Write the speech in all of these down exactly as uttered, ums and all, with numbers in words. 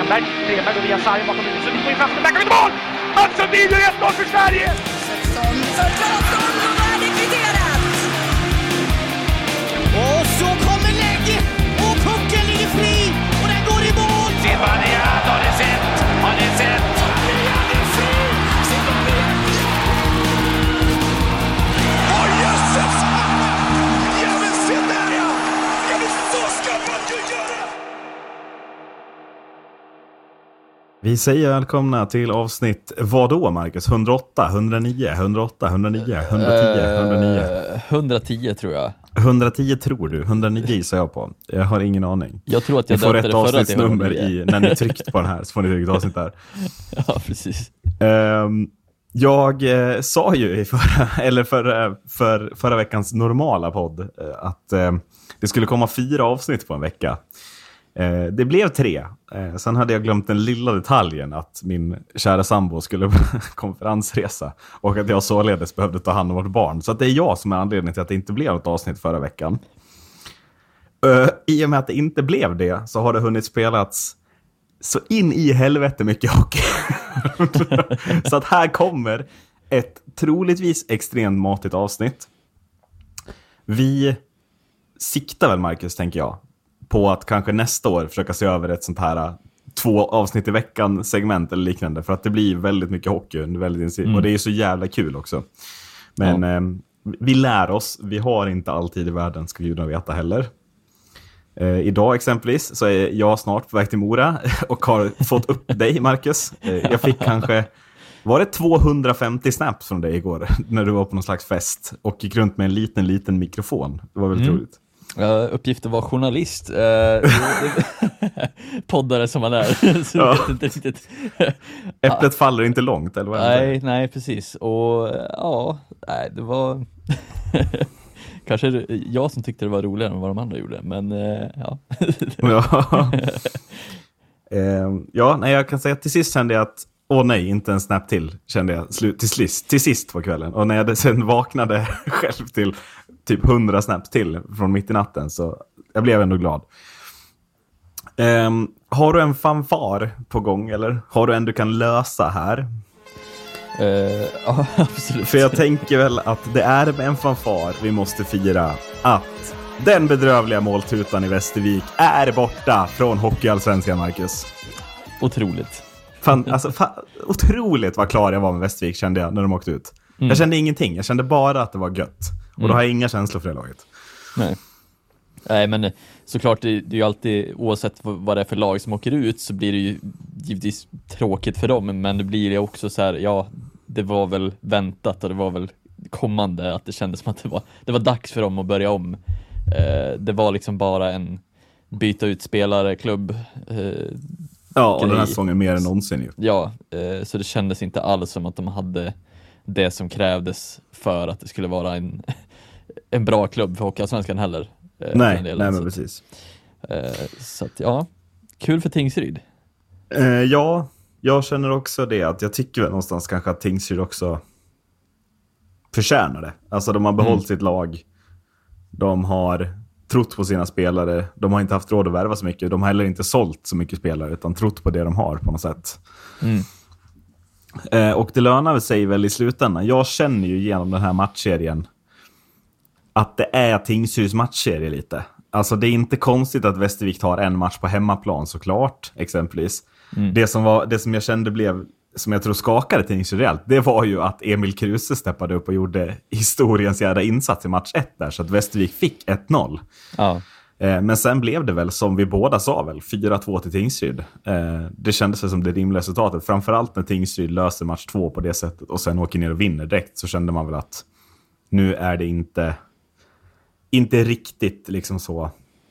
Stenberg. Stenberg går via sargen bakom huvudet. Så vi får in fast med backar vid mål! Matchen blir ju ett noll för Sverige! Som för Claesson och är det kvitterat! Och så kommer läge! Och pucken ligger fri! Och den går i mål! Zibanejad, har ni sett? Har ni sett? Zibanejad är fri! Zibanejad! Åh, jösses! Ja, men se där, ja! Ja, men så ska man ju göra! Vi säger välkomna till avsnitt, vad då Marcus? hundraåtta, hundranio, hundraåtta, hundranio, hundratio, hundranio. Uh, hundratio tror jag. hundratio tror du, hundranio gissar jag på. Jag har ingen aning. Jag tror att jag ni får döpte ett det förra till avsnittsnummer i, när ni tryckt på den här så får ni ett avsnitt där. Ja, precis. Um, jag eh, sa ju i förra, eller för, för, förra veckans normala podd eh, att eh, det skulle komma fyra avsnitt på en vecka. Eh, det blev tre. Eh, sen hade jag glömt den lilla detaljen att min kära sambo skulle på konferensresa och att jag således behövde ta hand om vårt barn. Så att det är jag som är anledningen till att det inte blev något avsnitt förra veckan. Eh, I och med att det inte blev det så har det hunnit spelats så in i helvete mycket hockey. Så att här kommer ett troligtvis extremt matigt avsnitt. Vi siktar väl, Marcus, tänker jag, på att kanske nästa år försöka se över ett sånt här två avsnitt i veckan segment eller liknande. För att det blir väldigt mycket hockey. Väldigt mm. Och det är så jävla kul också. Men ja. eh, vi lär oss. Vi har inte alltid i världen, ska gudarna veta heller. Eh, idag exempelvis så är jag snart på väg till Mora och har fått upp dig, Marcus. Eh, jag fick kanske, var det tvåhundrafemtio snaps från dig igår när du var på någon slags fest och gick runt med en liten, liten mikrofon. Det var väldigt mm. roligt. Uh, uppgiften var journalist. Uh, poddare som man är. Så ja. vet inte riktigt. Äpplet faller inte långt, eller vad? Nej, nej, precis. Och ja, nej, det var kanske jag som tyckte det var roligare än vad de andra gjorde. Men uh, ja. ja. uh, ja, nej, jag kan säga att till sist kände jag att åh nej, inte en snap till, kände jag slut, till, sist, till sist på kvällen. Och när jag sen vaknade själv till typ hundra snaps till från mitt i natten, så jag blev ändå glad. Um, har du en fanfar på gång, eller? Har du en du kan lösa här? Uh, ja, absolut. För jag tänker väl att det är med en fanfar vi måste fira att den bedrövliga måltutan i Västervik är borta från Hockeyallsvenskan, Marcus. Otroligt. Fan, alltså, fan, otroligt vad klar jag var med Västervik, kände jag när de åkte ut. Mm. Jag kände ingenting, jag kände bara att det var gött. Och mm. då har jag inga känslor för det laget. Nej, Nej men såklart det, det är ju alltid, oavsett vad det är för lag som åker ut, så blir det ju givetvis tråkigt för dem. Men det blir ju också så här, ja, det var väl väntat och det var väl kommande att det kändes som att det var, det var dags för dem att börja om. Eh, det var liksom bara en byta ut spelare, klubb. Eh, ja, och den här säsongen mer än någonsin ju. Ja, eh, så det kändes inte alls som att de hade det som krävdes för att det skulle vara en, en bra klubb för Hockeyallsvenskan heller. Eh, nej, nej men så precis. Eh, så att ja, kul för Tingsryd. Eh, ja, jag känner också det, att jag tycker väl någonstans kanske att Tingsryd också förtjänar det. Alltså de har behållit mm. sitt lag. De har trott på sina spelare. De har inte haft råd att värva så mycket. De har heller inte sålt så mycket spelare, utan trott på det de har på något sätt. Mm. Eh, och det lönar sig väl i slutändan. Jag känner ju genom den här matchserien att det är Tingsryds matchserie lite. Alltså det är inte konstigt att Västervik tar en match på hemmaplan, såklart, exempelvis. Mm. Det som var, det som jag kände blev, som jag tror skakade Tingsryd rejält, det var ju att Emil Kruse steppade upp och gjorde historiens jävla insats i match ett där, så att Västervik fick ett noll. Ja. Men sen blev det väl, som vi båda sa väl, fyra två till Tingsryd. Det kändes som det rimliga resultatet. Framförallt när Tingsryd löser match två på det sättet och sen åker ner och vinner direkt, så kände man väl att nu är det inte inte riktigt liksom så.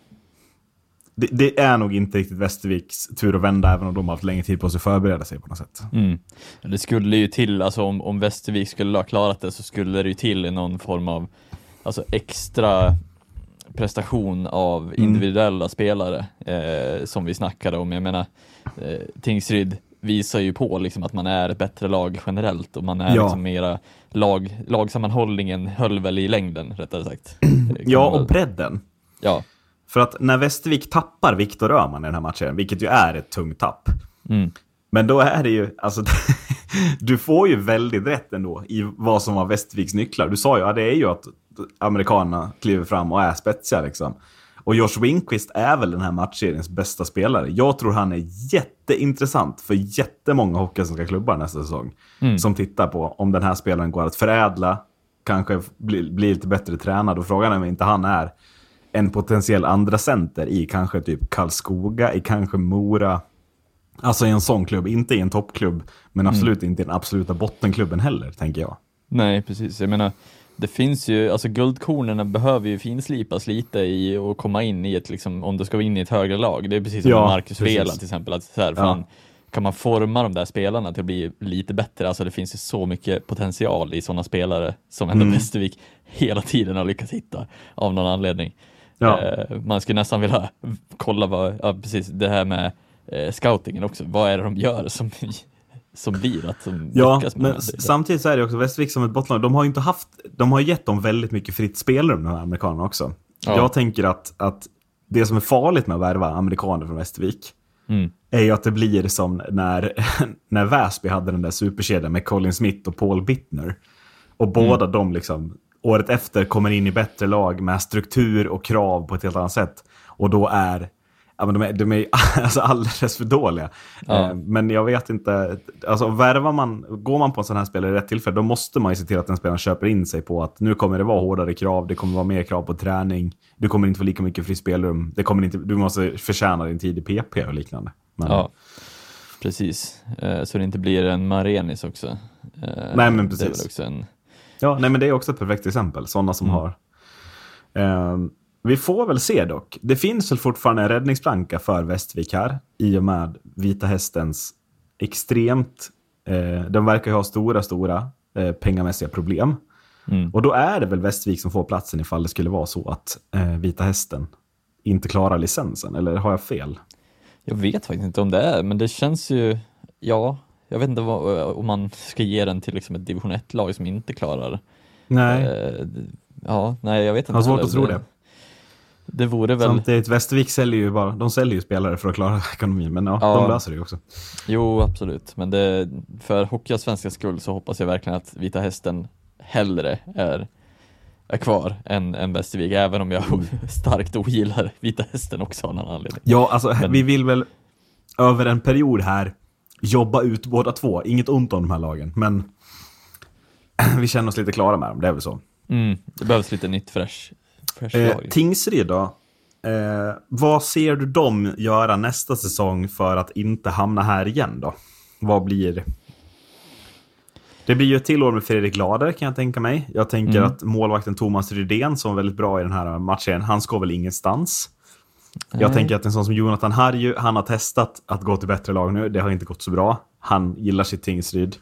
Det, det är nog inte riktigt Västerviks tur att vända, även om de har haft länge tid på sig att förbereda sig på något sätt. Mm. Det skulle ju till, alltså om, om Västervik skulle ha klarat det, så skulle det ju till någon form av alltså extra prestation av individuella mm. spelare eh, som vi snackade om. Jag menar, eh, Tingsryd visar ju på liksom att man är ett bättre lag generellt, och man är ja. liksom mera lag, lagsammanhållningen höll väl i längden, rättare sagt. Ja, och bredden. Ja. För att när Västervik tappar Viktor Öhman i den här matchen, vilket ju är ett tungt tapp, Mm. Men då är det ju, alltså du får ju väldigt rätt ändå i vad som var Västerviks nycklar. Du sa ju, ja det är ju att amerikanerna kliver fram och är spetsiga liksom. Och Josh Winqvist är väl den här matchseriens bästa spelare. Jag tror han är jätteintressant för jättemånga hockeyallsvenska klubbar nästa säsong. Mm. Som tittar på om den här spelaren går att förädla, kanske blir, blir lite bättre tränad. Och frågan är om inte han är en potentiell andra center i kanske typ Karlskoga, i kanske Mora. Alltså i en sån klubb, inte i en toppklubb, men absolut mm. inte i den absoluta bottenklubben heller, tänker jag. Nej, precis. Jag menar, det finns ju, alltså guldkornen behöver ju finslipas lite i och komma in i ett, liksom, om du ska in i ett högre lag. Det är precis som ja, Marcus Vela till exempel. Att så här, fan, ja. Kan man forma de där spelarna till att bli lite bättre? Alltså det finns ju så mycket potential i sådana spelare som ändå mm. Västervik hela tiden har lyckats hitta av någon anledning. Ja. Eh, man skulle nästan vilja kolla vad, ja, precis det här med eh, scoutingen också. Vad är det de gör som, som blir att de ja, lyckas med men det? Samtidigt så är det också Västervik som ett bottenlag. De har ju inte haft, de har gett dem väldigt mycket fritt spelrum, de här amerikanerna också. Ja. Jag tänker att, att det som är farligt med att värva amerikaner från Västervik mm. är ju att det blir som när, när Väsby hade den där superkedjan med Colin Smith och Paul Bittner. Och båda mm. de liksom året efter kommer in i bättre lag med struktur och krav på ett helt annat sätt. Och då är, ja, men de är, de är alltså alldeles för dåliga. Ja. Eh, men jag vet inte, alltså värvar man, går man på en sån här spelare i rätt tillfälle, då måste man ju se till att den spelaren köper in sig på att nu kommer det vara hårdare krav, det kommer vara mer krav på träning, du kommer inte få lika mycket fri spelrum, det kommer inte, du måste förtjäna din tid i P P och liknande. Men, ja, precis. Eh, så det inte blir en Marenis också. Eh, nej, men precis. Det är väl också en... Ja, nej men det är också ett perfekt exempel. Sådana som mm. har... Eh, vi får väl se dock. Det finns väl fortfarande en räddningsplanka för Västervik här. I och med Vita Hästens extremt... Eh, de verkar ju ha stora, stora eh, pengamässiga problem. Mm. Och då är det väl Västervik som får platsen ifall det skulle vara så att eh, Vita Hästen inte klarar licensen. Eller har jag fel? Jag vet faktiskt inte om det är, men det känns ju... Ja... Jag vet inte vad, om man ska ge den till liksom ett division ett-lag som inte klarar. Nej. Eh, ja, nej, jag vet inte. Jag har svårt att tro det. Det vore väl... Samtidigt, Västervik säljer ju bara, de säljer ju spelare för att klara ekonomin, men ja, ja. de löser det ju också. Jo, absolut. Men det, för Hockeyallsvenska skull så hoppas jag verkligen att Vita Hästen hellre är, är kvar än, än Västervik, även om jag starkt ogillar Vita Hästen också av någon anledning. Ja, alltså men... vi vill väl över en period här jobba ut båda två. Inget ont om de här lagen, men vi känner oss lite klara med dem, det är väl så. Mm, det behövs lite nytt fresh, fresh eh, lag. Tingsryd då? Eh, vad ser du dem göra nästa säsong för att inte hamna här igen då? Vad blir... Det blir ju ett till år med Fredrik Lader, kan jag tänka mig. Jag tänker mm. att målvakten Thomas Rydén, som är väldigt bra i den här matchen, han ska väl ingenstans. Jag Nej. tänker att en sån som Jonathan Harju, han har testat att gå till bättre lag nu. Det har inte gått så bra. Han gillar sitt Tingsryd.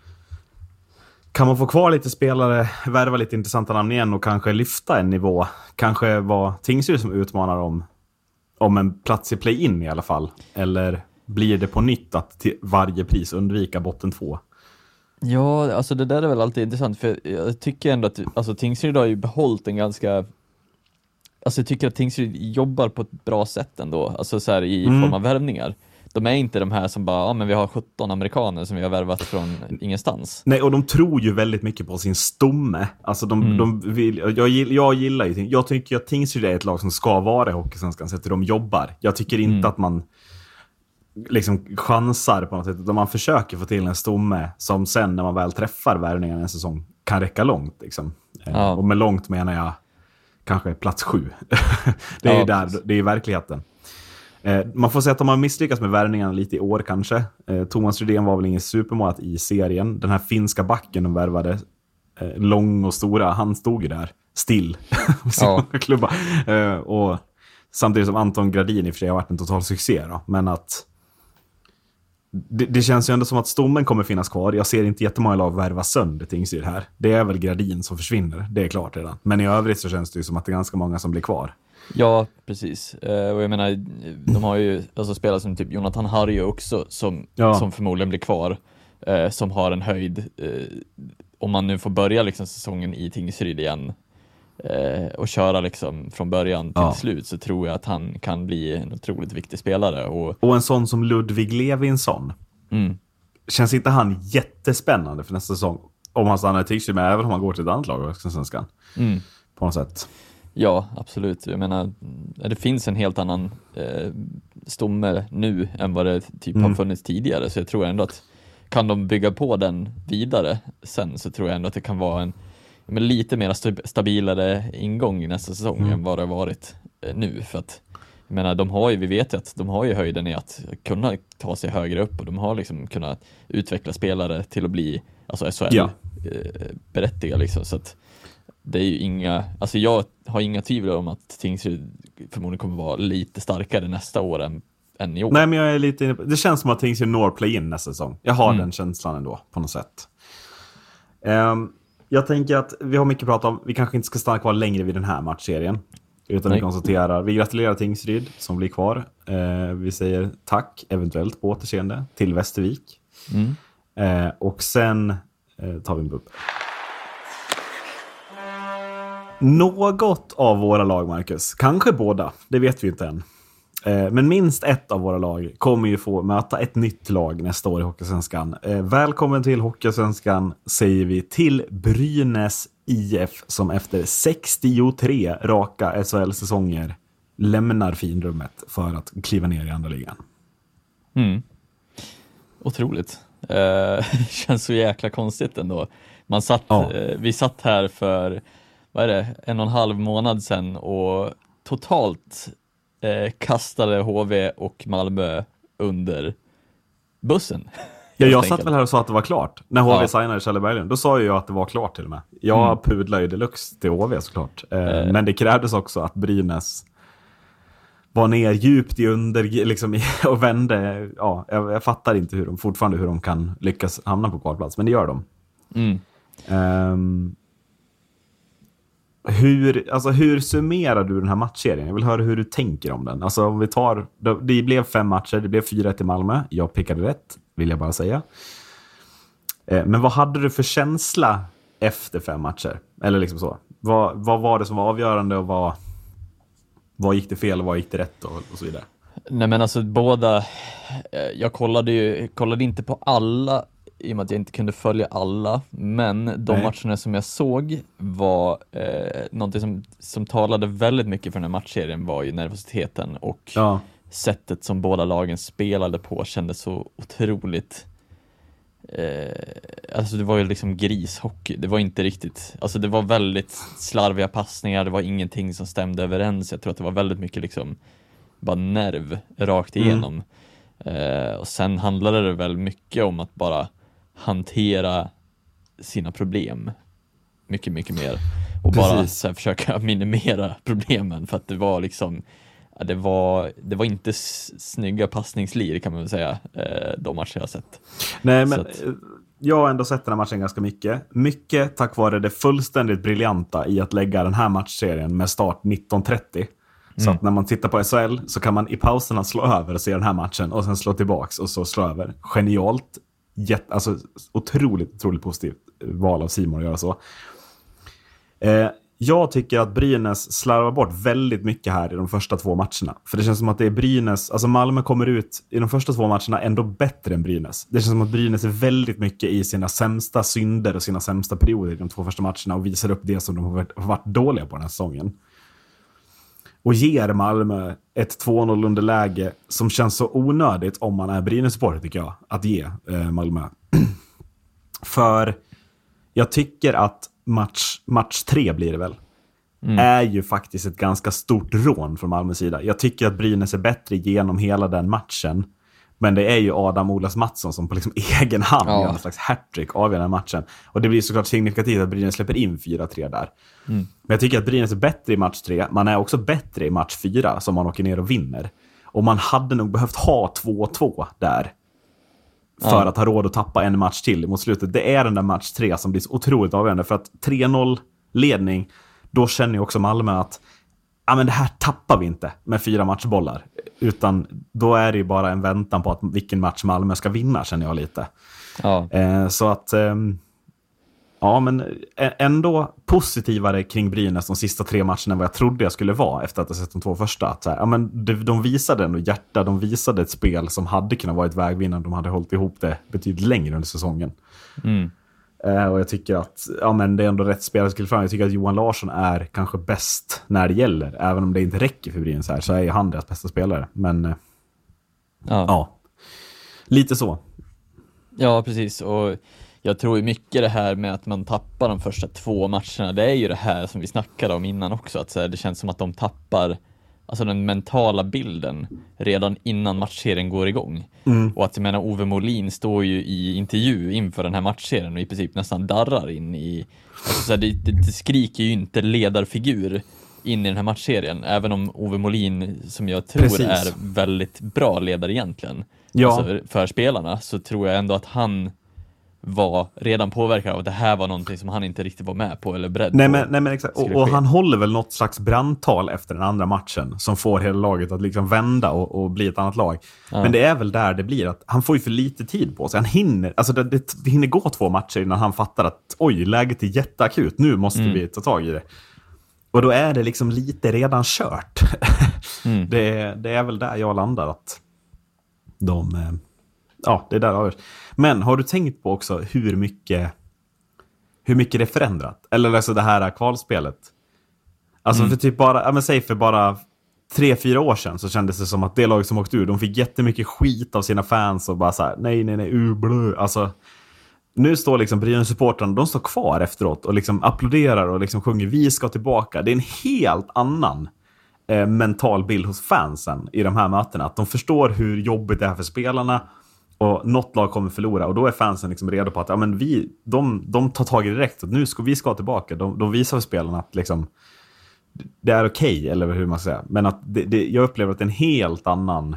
Kan man få kvar lite spelare, värva lite intressanta namn igen och kanske lyfta en nivå? Kanske vara Tingsryd som utmanar om, om en plats i play-in i alla fall? Eller blir det på nytt att till varje pris undvika botten två? Ja, alltså det där är väl alltid intressant. För jag tycker ändå att alltså, Tingsryd har ju behållit en ganska... Alltså jag tycker att Tingsryd jobbar på ett bra sätt ändå. Alltså så här i mm. form av värvningar. De är inte de här som bara, ja men vi har sjutton amerikaner som vi har värvat från ingenstans. Nej, och de tror ju väldigt mycket på sin stomme. Alltså de, mm. de vill, jag, jag gillar ju, jag tycker att Tingsryd är ett lag som ska vara i Hockeysvenskan så att de jobbar. Jag tycker inte mm. att man liksom chansar på något sätt. Utan man försöker få till en stomme som sen när man väl träffar värvningarna en säsong kan räcka långt. Liksom. Ja. Och med långt menar jag kanske plats sju. det är ja, där, det är verkligheten. Eh, man får säga att de har misslyckats med värvningarna lite i år kanske. Eh, Thomas Rydén var väl ingen supermålat i serien. Den här finska backen de värvade, eh, lång och stora, han stod ju där still med sin ja. klubba. Eh, och samtidigt som Anton Gradin i och för sig har varit en total succé då. Men att det, det känns ju ändå som att stommen kommer finnas kvar. Jag ser inte jättemånga lag värva sönder Tingsryd här. Det är väl Gradin som försvinner, det är klart redan. Men i övrigt så känns det ju som att det är ganska många som blir kvar. Ja, precis. Eh, och jag menar, de har ju alltså spelare som typ Jonathan Harju också som, ja. som förmodligen blir kvar. Eh, som har en höjd, eh, om man nu får börja liksom säsongen i Tingsryd igen. eh, och köra liksom från början till Ja. slut, så tror jag att han kan bli en otroligt viktig spelare. Och, Och en sån som Ludvig Levinsson. mm, Känns inte han jättespännande för nästa säsong? Om han stannar i Tingsryd, men även om han går till ett annat lag också, svenskan. mm. På något sätt. Ja, absolut. Jag menar, det finns en helt annan eh, stomme nu än vad det typ Mm. har funnits tidigare, så jag tror ändå att kan de bygga på den vidare sen, så tror jag ändå att det kan vara en men lite mer st- stabilare ingång i nästa säsong Mm. än vad det har varit eh, nu, för att jag menar, de har ju, vi vet ju att de har ju höjden i att kunna ta sig högre upp, och de har liksom kunnat utveckla spelare till att bli alltså S H L Ja. eh, berättiga liksom, så att det är ju inga, alltså jag har inga tvivel om att Tingsryd förmodligen kommer vara lite starkare nästa år än, än i år. Nej, men jag är lite inne på, det känns som att Tingsryd når play-in nästa säsong. Jag har Mm. den känslan ändå, på något sätt. Um, jag tänker att vi har mycket att prata om. Vi kanske inte ska stanna kvar längre vid den här matchserien. Utan Nej. vi konstaterar, vi gratulerar Tingsryd som blir kvar. Uh, vi säger tack, eventuellt på återseende, till Västervik. Mm. Uh, och sen uh, tar vi en bubb. Något av våra lag, Marcus, kanske båda, det vet vi inte än. Eh, Men minst ett av våra lag kommer ju få möta ett nytt lag nästa år i Hockeysvenskan. Eh, välkommen till Hockeysvenskan säger vi till Brynäs I F, som efter sextiotre raka S H L-säsonger lämnar finrummet för att kliva ner i andra ligan. Mm. Otroligt. Eh, känns så jäkla konstigt ändå. Man satt, Ja. eh, vi satt här för vad är det, en och en halv månad sedan och totalt eh, kastade H V och Malmö under bussen. Ja, Helt jag satt enkelt. väl här och sa att det var klart. När H V Ja. signade Kjelle Berglund, då sa jag att det var klart till och med. Jag Mm. pudlar ju deluxe till H V såklart. Eh, Eh. Men det krävdes också att Brynäs var ner djupt i under liksom, i- och vände. Ja, jag, jag fattar inte hur de fortfarande hur de kan lyckas hamna på kvalplats, men det gör de. Mm. Ehm, hur, alltså, hur summerar du den här matchserien? Jag vill höra hur du tänker om den. Alltså, om vi tar, det blev fem matcher, det blev fyra ett i Malmö. Jag pickade rätt, vill jag bara säga. Eh, Men vad hade du för känsla efter fem matcher? Eller liksom så. Vad, vad var det som var avgörande och vad, vad gick det fel och vad gick det rätt och, och så vidare? Nej men alltså båda, eh, jag kollade ju, kollade inte på alla i och med att jag inte kunde följa alla, men de Nej. matcherna som jag såg var eh, någonting som, som talade väldigt mycket för den här matchserien var ju nervositeten och Ja, sättet som båda lagen spelade på kändes så otroligt eh, alltså det var ju liksom grishockey, det var inte riktigt, alltså det var väldigt slarviga passningar, det var ingenting som stämde överens, jag tror att det var väldigt mycket liksom bara nerv rakt igenom. Eh, och sen handlade det väl mycket om att bara hantera sina problem mycket, mycket mer. Och bara Precis. så här, försöka minimera problemen, för att det var liksom ja, det var, det var inte s- snygga passningslir kan man väl säga, eh, de matcher jag har sett. nej Så men att- eh, jag har ändå sett den här matchen ganska mycket. Mycket tack vare det fullständigt briljanta i att lägga den här matchserien med start nitton trettio. Så Mm. att när man tittar på S H L så kan man i pauserna slå över och se den här matchen och sen slå tillbaks och så slå över. Genialt. Jätte, alltså otroligt, otroligt positivt val av Simon att göra så. Eh, jag tycker att Brynäs slarvar bort väldigt mycket här i de första två matcherna. För det känns som att det är Brynäs, alltså Malmö kommer ut i de första två matcherna ändå bättre än Brynäs. Det känns som att Brynäs är väldigt mycket i sina sämsta synder och sina sämsta perioder i de två första matcherna och visar upp det som de har varit, har varit dåliga på den här säsongen. Och ger Malmö ett två noll underläge som känns så onödigt om man är Brynäs-supporter tycker jag, att ge eh, Malmö. För jag tycker att match, match tre blir det väl, Mm. är ju faktiskt ett ganska stort rån från Malmös sida. Jag tycker att Brynäs är bättre genom hela den matchen. Men det är ju Adam Olas Mattsson som på liksom egen hand Ja. gör en slags hattrick av den här matchen. Och det blir såklart signifikativt att Brynäs släpper in fyra tre där. Mm. Men jag tycker att Brynäs är bättre i match tre. Man är också bättre i match fyra som man åker ner och vinner. Och man hade nog behövt ha två två där. För Ja. att ha råd att tappa en match till mot slutet. Det är den där match tre som blir så otroligt avgörande. För att tre noll ledning, då känner ju också Malmö att ja, men det här tappar vi inte med fyra matchbollar. Utan då är det ju bara en väntan på att vilken match Malmö ska vinna, känner jag lite. Ja. Eh, så att... ehm, Ja, men ändå positivare kring Brynäs de sista tre matcherna än vad jag trodde jag skulle vara efter att ha sett de två första. Att så här, ja, men de visade ändå hjärta, de visade ett spel som hade kunnat vara ett vägvinnande, de hade hållit ihop det betydligt längre under säsongen. Mm. Uh, och jag tycker att ja, men det är ändå rätt spelare skulle fram. Jag tycker att Johan Larsson är kanske bäst när det gäller. Även om det inte räcker för Brynäs här, så är han deras bästa spelare. Men uh, ja. ja, lite så. Ja, precis. Och jag tror ju mycket det här med att man tappar de första två matcherna, det är ju det här som vi snackade om innan också, att så här, det känns som att de tappar alltså den mentala bilden redan innan matchserien går igång. Mm. Och att jag menar, Ove Molin står ju i intervju inför den här matchserien och i princip nästan darrar in i, alltså så här, det, det, det skriker ju inte ledarfigur in i den här matchserien, även om Ove Molin, som jag tror Precis. är väldigt bra ledare egentligen, ja. alltså för spelarna, så tror jag ändå att han var redan påverkad av att det här var någonting som han inte riktigt var med på eller beredd nej, på. Men, nej, men exakt. Och, och han håller väl något slags brandtal efter den andra matchen som får hela laget att liksom vända och, och bli ett annat lag. Ja. Men det är väl där det blir att han får ju för lite tid på sig. Han hinner, alltså det, det, det hinner gå två matcher innan han fattar att oj, läget är jätteakut. Nu måste mm. vi ta tag i det. Och då är det liksom lite redan kört. Mm. det, det är väl där jag landar att de... Ja, det är där avgörs. Men har du tänkt på också hur mycket hur mycket det är förändrat? Eller alltså det här kvalspelet. Alltså mm. för typ bara, ja men säg för bara tre, fyra år sedan så kändes det som att det lag som åkte ur, de fick jättemycket skit av sina fans och bara så här, nej, nej, nej, uh, blö. Alltså, nu står liksom Brynäs-supportrarna, de står kvar efteråt och liksom applåderar och liksom sjunger vi ska tillbaka. Det är en helt annan eh, mental bild hos fansen i de här mötena. Att de förstår hur jobbigt det är för spelarna. Och något lag kommer förlora. Och då är fansen liksom redo på att ja, men vi, de, de tar tag i det direkt. Och nu ska vi ska tillbaka. De, de visar för spelarna att liksom, det är okej. Okay, eller hur man säger. Men att det, det, jag upplever att det är en helt annan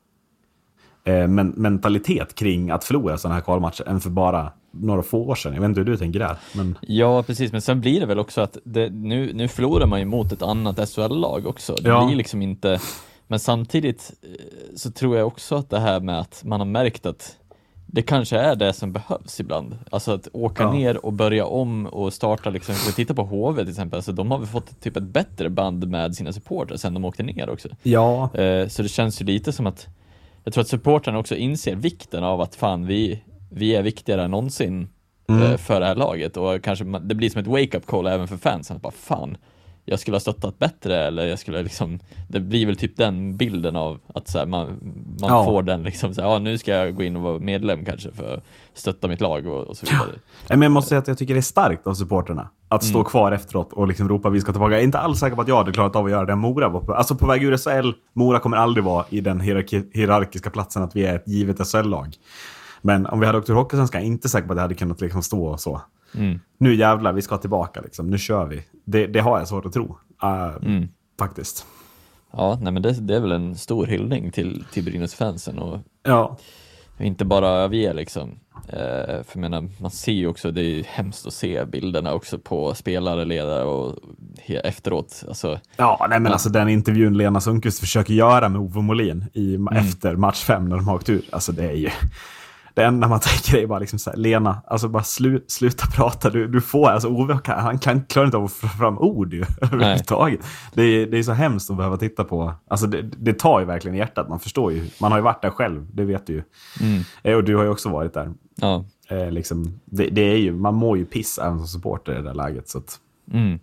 eh, men, mentalitet kring att förlora sådana här kvalmatcher än för bara några få år sedan. Jag vet inte hur du tänker där. Men... Ja, precis. Men sen blir det väl också att det, nu, nu förlorar man ju mot ett annat S H L-lag också. Det ja. blir liksom inte... Men samtidigt så tror jag också att det här med att man har märkt att det kanske är det som behövs ibland. Alltså att åka ja. ner och börja om och starta liksom, och titta på H V till exempel. Alltså de har väl fått typ ett bättre band med sina supportrar sen de åkte ner också. Ja. Eh, så det känns ju lite som att jag tror att supportrarna också inser vikten av att fan vi, vi är viktigare än någonsin mm. eh, för det här laget. Och kanske det blir som ett wake-up call även för fansen. Bara fan, jag skulle ha stöttat bättre eller jag skulle liksom, det blir väl typ den bilden av att så här, man, man ja. får den liksom så här, ja, nu ska jag gå in och vara medlem kanske för att stötta mitt lag och, och så vidare. Ja. Men jag måste säga att jag tycker det är starkt av supporterna att stå mm. kvar efteråt och liksom ropa vi ska tillbaka. Jag är inte alls säker på att jag hade klarat av att göra det. Mora var på, alltså på väg ur S H L, Mora kommer aldrig vara i den hierarki, hierarkiska platsen att vi är ett givet S H L-lag. Men om vi hade åkt ur Hockeysvenskan, jag är inte säker på att det hade kunnat liksom stå och så. Mm. Nu jävlar, vi ska tillbaka liksom. Nu kör vi. Det, det har jag svårt att tro. Uh, mm. Faktiskt. Ja, nej men det, det är väl en stor hyllning till, till Brynäs-fansen och ja. inte bara vi är liksom. Uh, för jag menar, man ser ju också, det är ju hemskt att se bilderna också på spelare, ledare och he- efteråt. Alltså, ja, nej men ja. alltså den intervjun Lena Sundqvist försöker göra med Ove Molin i, mm. efter match fem när de har åkt ur. Alltså det är ju... Det enda man tänker är bara liksom så här, Lena, alltså bara slu, sluta prata. Du, du får, alltså Ove, han kan klara inte av att få fram ord ju, överhuvudtaget. Det är, det är så hemskt att behöva titta på. Alltså det, det tar ju verkligen i hjärtat, man förstår ju. Man har ju varit där själv, det vet du ju. Mm. Eh, och du har ju också varit där. Ja. Eh, liksom, det, det är ju, man mår ju piss även som supporter i det där läget. Så att. Mm.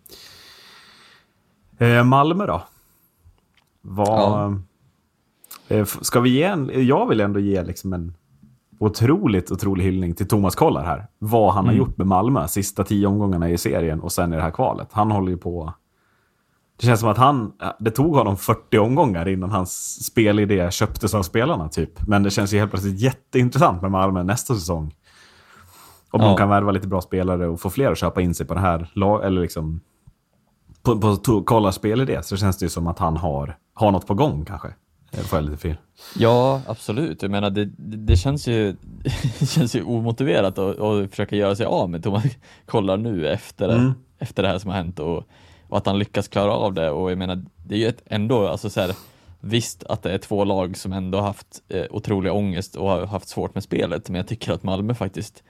Eh, Malmö då? Vad... Ja. Eh, ska vi ge en... Jag vill ändå ge liksom en... otroligt, otrolig hyllning till Thomas Kollar här. Vad han mm. har gjort med Malmö sista tio omgångarna i serien och sen i det här kvalet. Han håller ju på... Det känns som att han... Det tog honom fyrtio omgångar innan hans spelidé köptes av spelarna typ. Men det känns ju helt plötsligt jätteintressant med Malmö nästa säsong. Om ja. man kan värva lite bra spelare och få fler att köpa in sig på det här lag, eller liksom på, på, på Kollars spelidé, så känns det ju som att han har, har något på gång kanske. Får jag lite fel? Ja, absolut. Jag menar, det, det, det känns ju det känns ju omotiverat att, att försöka göra sig av med Thomas Kollar nu efter, mm. efter det här som har hänt och, och att han lyckas klara av det. Och jag menar, det är ju ett, ändå, alltså så här, visst att det är två lag som ändå haft eh, otrolig ångest och har haft svårt med spelet, men jag tycker att Malmö faktiskt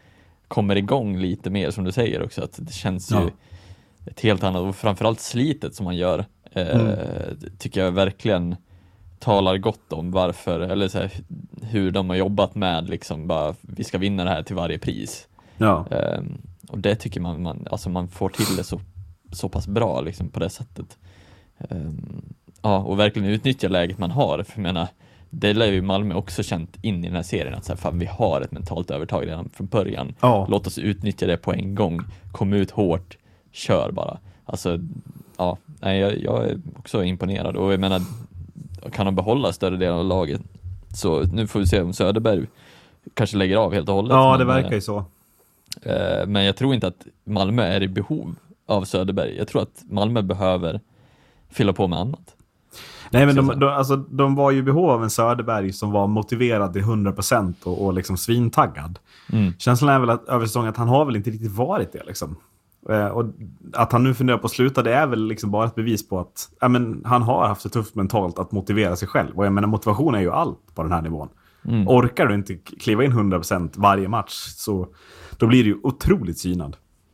kommer igång lite mer, som du säger också, att det känns ju Ja. ett helt annat, och framförallt slitet som man gör eh, Mm. tycker jag verkligen talar gott om varför, eller så här, hur de har jobbat med liksom bara, vi ska vinna det här till varje pris. Ja. Eh, och det tycker man, man, alltså man får till det så, så pass bra liksom på det sättet. Eh, ja, och verkligen utnyttja läget man har, för jag menar, det lär ju Malmö också känt in i den här serien, att så här, fan, vi har ett mentalt övertag redan från början. Ja. Låt oss utnyttja det på en gång. Kom ut hårt, kör bara. Alltså, ja, nej, jag, jag är också imponerad. Och jag menar, kan de behålla större delen av laget, så nu får vi se om Söderberg kanske lägger av helt och hållet. Ja, det men, verkar ju så. eh, men jag tror inte att Malmö är i behov av Söderberg. Jag tror att Malmö behöver fylla på med annat. Nej, men de, de, alltså, de var ju i behov av en Söderberg som var motiverad till hundra procent och, och liksom svintaggad. Mm. Känslan är väl att över säsongen att han har väl inte riktigt varit det liksom. Eh, och att han nu funderar på att sluta, det är väl liksom bara ett bevis på att ja, men, han har haft det tufft mentalt att motivera sig själv. Och jag menar, motivation är ju allt på den här nivån. Mm. Orkar du inte kliva in hundra procent varje match, så då blir det ju otroligt synad.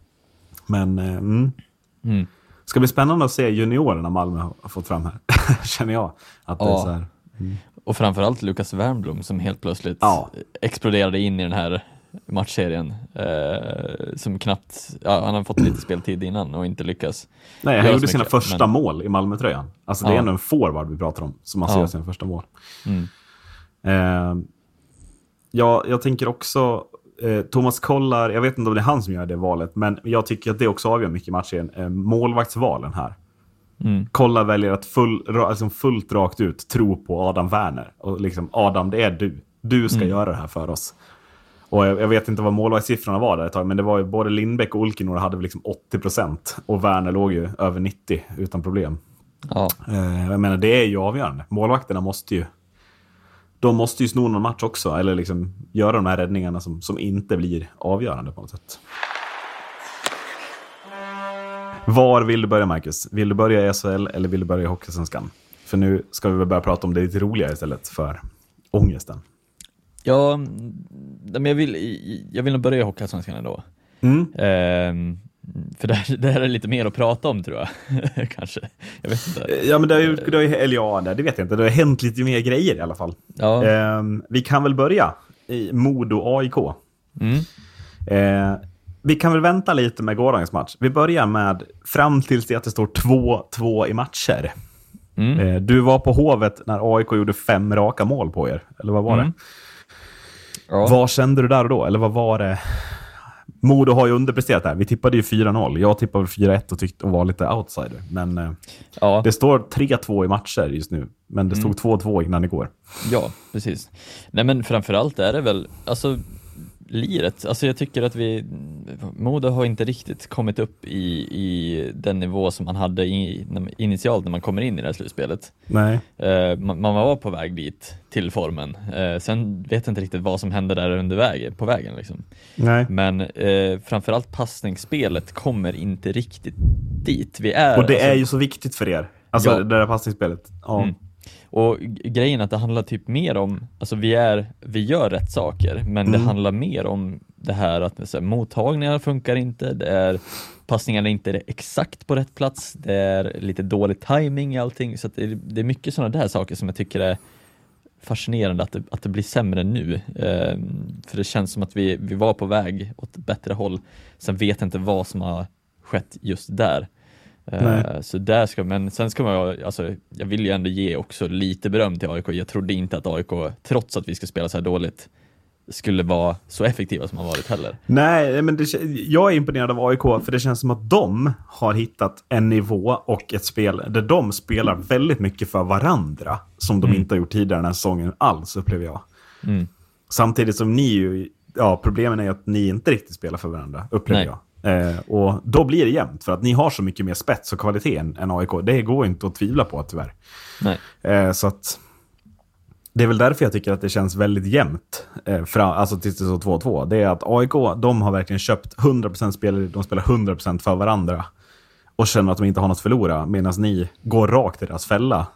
Men eh, mm. Mm. Ska bli spännande att se juniorerna Malmö har fått fram här. Känner jag att det Ja. är så här. Mm. Och framförallt Lukas Wernbloom som helt plötsligt Ja. exploderade in i den här matchserien. Eh, som knappt, ja, han har fått lite speltid innan och inte lyckas. Nej, han göra gjorde så sina mycket, första men- mål i Malmö-tröjan. Alltså det är Ja. ändå en forward vi pratar om som har Ja. ja. sina första mål. Mm. Eh, ja, jag tänker också eh, Thomas Kollar, jag vet inte om det är han som gör det valet, men jag tycker att det också avgör mycket i matchen. Eh, målvaktsvalen här. Mm. Kollar väljer att full, ra, alltså fullt rakt ut tro på Adam Werner. Och liksom, Adam, det är du. Du ska Mm. göra det här för oss. Och jag, jag vet inte vad målvaktssiffrorna var där ett tag, men det var ju både Lindbäck och Olkinor hade väl liksom åttio procent. Och Werner låg ju över nittio utan problem. Ja. Eh, jag menar, det är ju avgörande. Målvakterna måste ju de måste ju sno någon match också, eller liksom göra de här räddningarna som, som inte blir avgörande på något sätt. Var vill du börja, Marcus? Vill du börja i S H L eller vill du börja i Hockeysvenskan? För nu ska vi väl börja prata om det lite roligare istället för ångesten. Ja, men jag vill, jag vill nog börja i Hockeysvenskan ändå. Mm. Ehm, för där, där är det lite mer att prata om, tror jag. Kanske. Jag vet inte. Ja, men det har ju, det har ju, eller ja, det vet jag inte. Det har hänt lite mer grejer i alla fall. Ja. Eh, vi kan väl börja i Modo A I K. Mm. Eh, vi kan väl vänta lite med gårdagens match. Vi börjar med fram tills det att det står två två i matcher. Mm. Eh, du var på Hovet när A I K gjorde fem raka mål på er. Eller vad var Mm. det? Ja. Vad kände du där och då? Eller vad var det? Modo har ju underpresterat här. Vi tippade ju fyra noll. Jag tippade fyra ett och tyckte och var lite outsider. Men eh, Ja. det står tre två i matcher just nu. Men det stod Mm. två två innan igår. Ja, precis. Nej, men framförallt är det väl, alltså liret, alltså jag tycker att vi Modo har inte riktigt kommit upp i, i den nivå som man hade i, initialt när man kommer in i det här slutspelet. Nej. Eh, man, man var på väg dit till formen. Eh, sen vet jag inte riktigt vad som hände där under vägen, på vägen liksom. Nej. Men eh, framförallt passningsspelet kommer inte riktigt dit. Vi är, Och det alltså, är ju så viktigt för er. Alltså Ja. det där passningsspelet. Ja. Mm. Och g- grejen är att det handlar typ mer om, alltså vi är, vi gör rätt saker, men det Mm. handlar mer om det här att så här, mottagningar funkar inte, det är passningarna inte är exakt på rätt plats, det är lite dålig timing i allting, så att det, är, det är mycket sådana där saker som jag tycker är fascinerande att det, att det blir sämre nu. Eh, för det känns som att vi, vi var på väg åt ett bättre håll, sen vet jag inte vad som har skett just där. Nej. Uh, så där ska, men sen ska man, alltså, jag vill ju ändå ge också lite beröm till A I K. Jag trodde inte att A I K, trots att vi ska spela så här dåligt, skulle vara så effektiva som har varit heller. Nej, men det, jag är imponerad av A I K för det känns som att de har hittat en nivå och ett spel där de spelar väldigt mycket för varandra som de Mm. inte har gjort tidigare den här säsongen alls, upplever jag. Mm. Samtidigt som ni ju, ja, problemen är att ni inte riktigt spelar för varandra, upplever Nej. jag. Eh, och då blir det jämnt för att ni har så mycket mer spets och kvalitet än, än A I K. Det går inte att tvivla på, tyvärr. Nej. Eh, så att det är väl därför jag tycker att det känns väldigt jämnt eh, fram, alltså tills det står två två. Det är att A I K, de har verkligen köpt hundra procent spelare, de spelar hundra procent för varandra och känner att de inte har något att förlora, medan ni går rakt i deras fälla.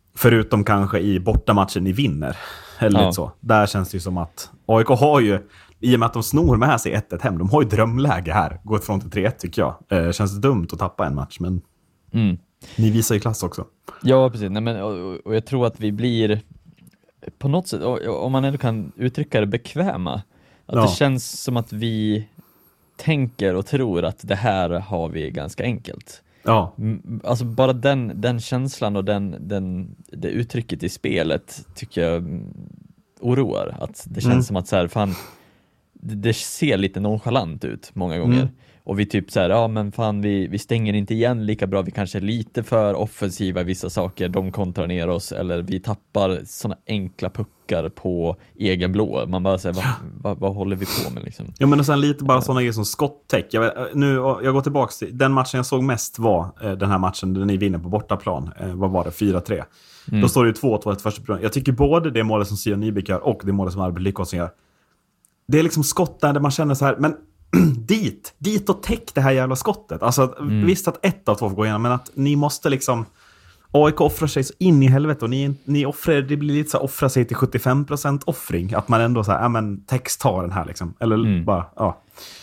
Förutom kanske i bortamatchen ni vinner. Eller Ja. lite så. Där känns det ju som att A I K har ju i och med att de snor med sig ett ett hem, de har ju drömläge här, gå ifrån till tre ett tycker jag. Eh, känns det dumt att tappa en match, men Mm. ni visar ju klass också. Ja, precis. Nej, men, och, och jag tror att vi blir på något sätt, om man ändå kan uttrycka det, bekväma. Att Ja. det känns som att vi tänker och tror att det här har vi ganska enkelt. Ja, Mm, Alltså bara den, den känslan och den, den, det uttrycket i spelet tycker jag mm, oroar. Att det känns Mm. som att så här, fan, det, det ser lite nonchalant ut många gånger. Mm. Och vi typ så här, ja men fan vi, vi stänger inte igen lika bra, vi kanske är lite för offensiva i vissa saker, de kontrar ner oss, eller vi tappar såna enkla puckar på egen blå. Man bara säger, vad, vad, vad håller vi på med liksom? ja men och sen lite bara sådana grejer som skottäck. Jag, vet, nu, jag går tillbaka till den matchen jag såg mest var eh, den här matchen där ni vinner på bortaplan. Eh, vad var det? fyra tre. Mm. Då står det ju två två ett första perioden. Jag tycker både det målet som Sion Nybeck gör och det målet som Albert Lyckåsen gör. Det är liksom skott där man känner så här, men dit, dit och täck det här jävla skottet. Alltså Mm. visst att ett av två får gå igenom, men att ni måste liksom, A I K offrar sig så in i helvete och ni, ni offrar, det blir lite så här, offra sig till sjuttiofem procent offring, att man ändå så här, ja men text tar den här liksom, eller Mm. bara, ja.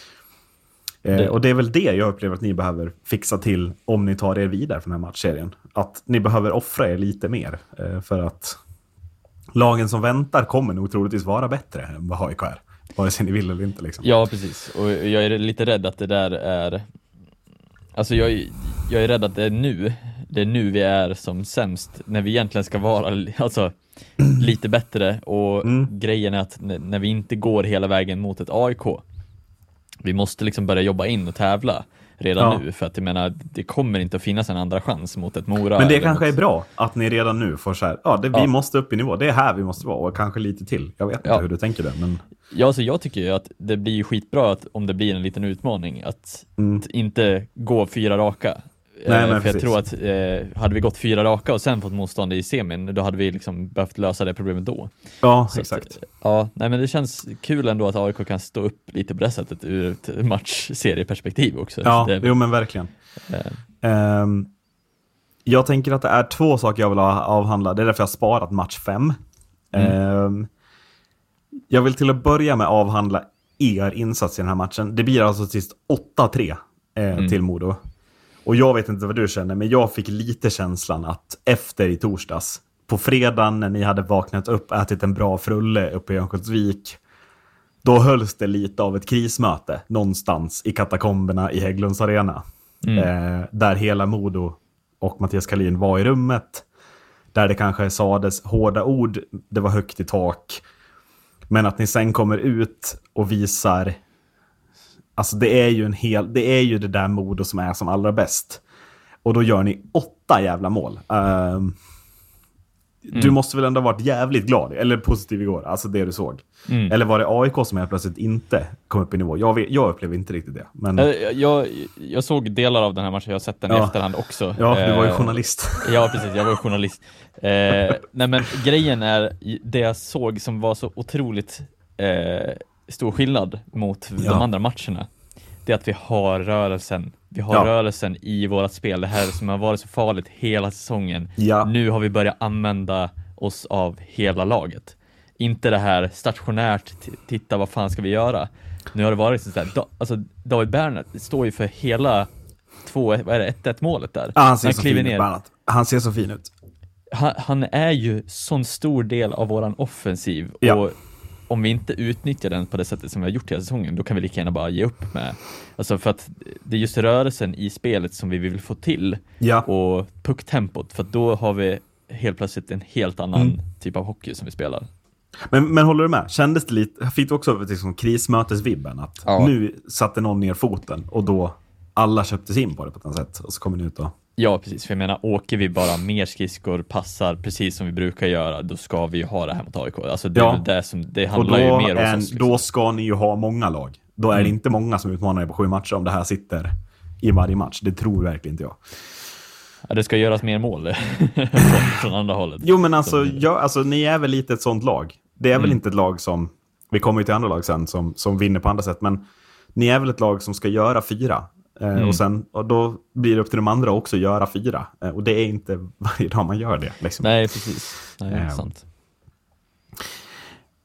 Eh, Det- och det är väl det jag upplever att ni behöver fixa till om ni tar er vidare från den här matchserien. Att ni behöver offra er lite mer, eh, för att lagen som väntar kommer nog troligtvis vara bättre än vad A I K är. Vare sig ni vill eller inte liksom. Ja, precis. Och jag är lite rädd att det där är... Alltså jag, är- jag är rädd att det är nu. Det är nu vi är som sämst. När vi egentligen ska vara alltså, lite bättre. Och Mm. grejen är att n- när vi inte går hela vägen mot ett A I K. Vi måste liksom börja jobba in och tävla redan Ja. nu. För att jag menar, det kommer inte att finnas en andra chans mot ett Mora. Men det eller kanske mot- är bra att ni redan nu får så här, ja, det, vi Ja. måste upp i nivå. Det är här vi måste vara och kanske lite till. Jag vet inte Ja. hur du tänker det, men Ja, alltså jag tycker ju att det blir skitbra att, om det blir en liten utmaning att Mm. t- inte gå fyra raka. Nej, Eh, men för jag precis. tror att eh, hade vi gått fyra raka och sen fått motstånd i semin, då hade vi liksom behövt lösa det problemet då. ja, Så exakt. Att, ja, nej men det känns kul ändå att A I K kan stå upp lite på det sättet ur ett matchserieperspektiv också. Ja, det, jo men verkligen. eh, Ehm, jag tänker att det är två saker jag vill ha avhandla. Det är därför jag har sparat match fem. Mm. Ehm, jag vill till att börja med avhandla er insats i den här matchen. Det blir alltså sist åtta tre eh, Mm. till Modo. Och jag vet inte vad du känner, men jag fick lite känslan att efter i torsdags, på fredagen när ni hade vaknat upp, ätit en bra frulle uppe i Örnsköldsvik, då hölls det lite av ett krismöte någonstans i katakomberna i Hägglunds arena. Mm. Eh, där hela Modo och Mattias Kalin var i rummet. Där det kanske sades hårda ord, det var högt i tak. Men att ni sen kommer ut och visar, alltså det är ju en hel, det är ju det där Modo som är som allra bäst. Och då gör ni åtta jävla mål. Ehm, Du Mm. måste väl ändå ha varit jävligt glad, eller positiv igår, alltså det du såg. Mm. Eller var det A I K som helt plötsligt inte kom upp i nivå? Jag, vet, jag upplever inte riktigt det. Men Eh, jag, jag såg delar av den här matchen, jag har sett den i Ja. efterhand också. ja, du var ju Eh, journalist. Ja, precis. Jag var journalist. Eh, nej, men grejen är, det jag såg som var så otroligt eh, stor skillnad mot Ja. de andra matcherna, det är att vi har rörelsen. Vi har Ja. rörelsen i vårat spel. Det här som har varit så farligt hela säsongen. Ja. Nu har vi börjat använda oss av hela laget. Inte det här stationärt, t- titta vad fan ska vi göra. Nu har det varit så där, da, alltså David Bernhardt står ju för hela två, vad är det, ett ett målet där. Ja, han ser Han så kliver fin ut, ner. bland annat. Han ser så fin ut. Han, han är ju sån stor del av våran offensiv. Ja. Och om vi inte utnyttjar den på det sättet som vi har gjort hela säsongen, då kan vi lika gärna bara ge upp med. Alltså för att det är just rörelsen i spelet som vi vill få till. Ja. Och pucktempot, för att då har vi helt plötsligt en helt annan Mm. typ av hockey som vi spelar. Men, men håller du med? Kändes det lite, fick du också liksom krismötesvibben att Ja. nu satte någon ner foten och då alla köptes in på det på ett sätt och så kommer ni ut och... Ja, precis. För jag menar, åker vi bara mer skridskor, passar precis som vi brukar göra, då ska vi ju ha det här mot A I K. Alltså det, Ja. är väl det, som, det Och handlar då, ju mer om en, oss. Liksom. då ska ni ju ha många lag. Då är det Mm. inte många som utmanar er på sju matcher om det här sitter i varje match. Det tror verkligen inte jag. Ja, det ska göras mer mål från, från andra hållet. Jo, men alltså, Som- ja, alltså ni är väl lite ett sånt lag. Det är väl Mm. inte ett lag som, vi kommer ju till andra lag sen, som, som vinner på andra sätt. Men ni är väl ett lag som ska göra fyra. Eh, Mm. och, sen, och då blir det upp till de andra också att göra fyra. Eh, och det är inte varje dag man gör det. Liksom. Nej, precis. Nej, Ehm. sant.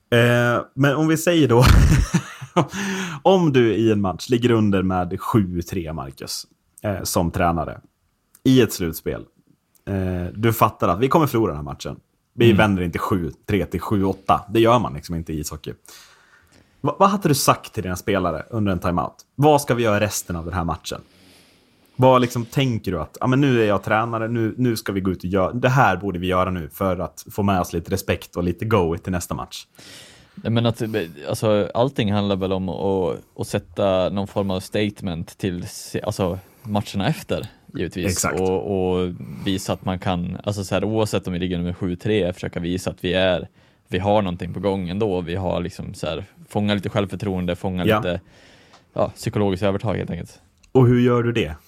Eh, men om vi säger då, om du i en match ligger under med sju tre, Marcus, eh, som tränare, i ett slutspel. Eh, du fattar att vi kommer förlora den här matchen. Vi mm. vänder inte sju tre till sju åtta. Det gör man liksom inte i ishockey. Va, vad hade du sagt till dina spelare under en timeout? Vad ska vi göra resten av den här matchen? Vad liksom tänker du att ah, men nu är jag tränare, nu, nu ska vi gå ut och göra, det här borde vi göra nu för att få med oss lite respekt och lite go till nästa match? Men att, alltså, allting handlar väl om att, att sätta någon form av statement till alltså, matcherna efter, givetvis. Exakt. Och, och visa att man kan, alltså så här, oavsett om vi ligger nummer sju tre, försöka visa att vi är, vi har någonting på gång ändå. Vi har liksom så här, fånga lite självförtroende, fånga ja. lite ja, psykologiskt övertag helt enkelt. Och hur gör du det?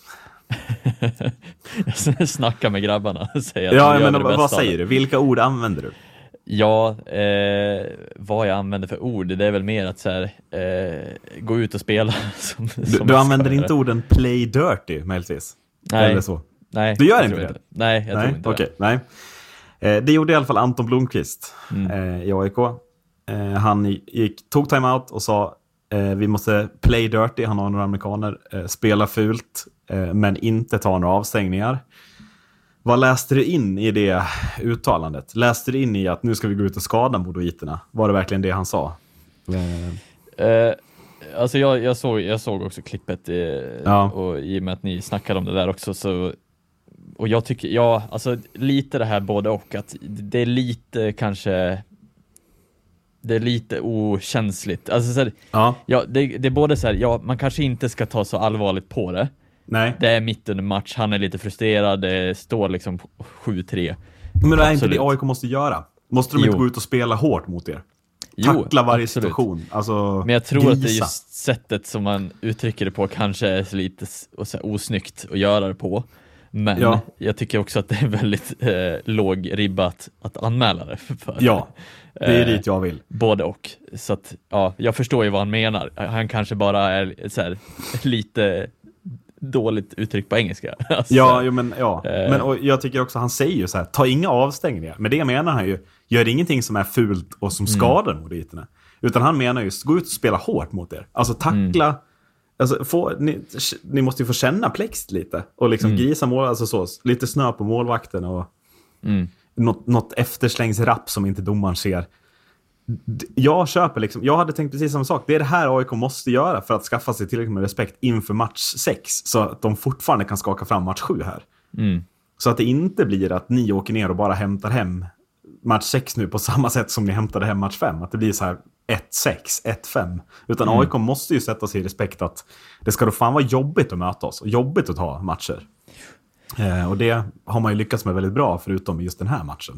Snacka med grabbarna. Säga ja, men vad säger du? Vilka ord använder du? Ja, eh, vad jag använder för ord, det är väl mer att så här, eh, gå ut och spela. Som, du som du använder inte orden play dirty, möjligtvis? Nej. Eller så? Nej. Du gör inte det? Inte. Nej, jag nej? tror inte okay. det. Nej. Eh, det gjorde i alla fall Anton Blomqvist mm. eh, i A I K. Eh, han gick, tog timeout och sa eh, vi måste play dirty, han har några amerikaner, eh, spela fult, eh, men inte ta några avstängningar. Vad läste du in i det uttalandet? Läste du in i att nu ska vi gå ut och skada modoiterna? Var det verkligen det han sa? Eh, eh, alltså jag, jag, såg, jag såg också klippet eh, ja. och i och med att ni snackade om det där också så, och jag tycker, ja, alltså lite det här både och att det är lite kanske det är lite okänsligt. Alltså så här, ja. Ja, det, det är både så här, ja, man kanske inte ska ta så allvarligt på det. Nej. Det är mitt under match, han är lite frustrerad, det står liksom sju tre. Men det är inte det A I K måste göra. Måste de jo. inte gå ut och spela hårt mot er? Tackla jo, varje absolut. situation. Alltså, men jag tror grisa. att det är just sättet som man uttrycker det på kanske är lite så här, osnyggt att göra det på. Men ja. jag tycker också att det är väldigt eh, låg ribbat att anmäla det för. Ja, det är dit jag vill. Både och. Så att, ja, jag förstår ju vad han menar. Han kanske bara är så här, lite dåligt uttryck på engelska. Alltså, ja, jo, men, ja. Eh, men och jag tycker också han säger ju så här, ta inga avstängningar. Men det menar han ju, gör ingenting som är fult och som skadar mm. moditerna. Utan han menar just, gå ut och spela hårt mot er. Alltså tackla, mm. alltså, få, ni, ni måste ju få känna plext lite. Och liksom mm. grisa mål, alltså så, lite snö på målvakten och mm. något, något efterslängsrapp som inte domaren ser. Jag köper liksom, jag hade tänkt precis samma sak. Det är det här A I K måste göra för att skaffa sig tillräckligt med respekt inför match sex så att de fortfarande kan skaka fram match sju här. Mm. Så att det inte blir att ni åker ner och bara hämtar hem match sex nu på samma sätt som ni hämtade hem match fem. Att det blir så här ett sex, ett fem. Utan mm. A I K måste ju sätta sig i respekt att det ska då fan vara jobbigt att möta oss och jobbigt att ta matcher. Eh, och det har man ju lyckats med väldigt bra förutom just den här matchen.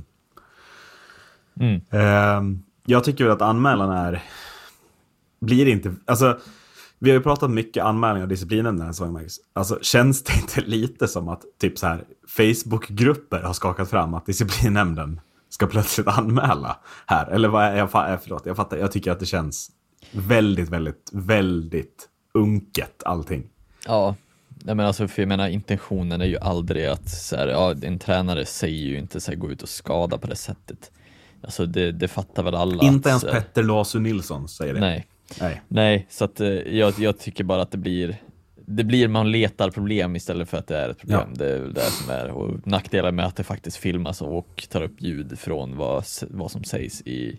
Mm. Eh, Jag tycker att anmälan är blir inte, alltså vi har ju pratat mycket anmälningar och disciplinen den här säsongen, Marcus. Alltså känns det inte lite som att typ så här Facebookgrupper har skakat fram att disciplinnämnden ska plötsligt anmäla här? Eller vad är jag, förlåt, jag fattar, jag tycker att det känns väldigt, väldigt, väldigt unket allting. Ja, men alltså för jag menar intentionen är ju aldrig att så här, ja, en tränare säger ju inte så här, gå ut och skada på det sättet. Alltså det, det fattar väl alla. Inte ens att, Petter Lasu Nilsson säger det. Nej, nej, nej så att jag, jag tycker bara att det blir det blir man letar problem istället för att det är ett problem. Ja. Det är det som är, och nackdelar med att det faktiskt filmas och tar upp ljud från vad, vad som sägs i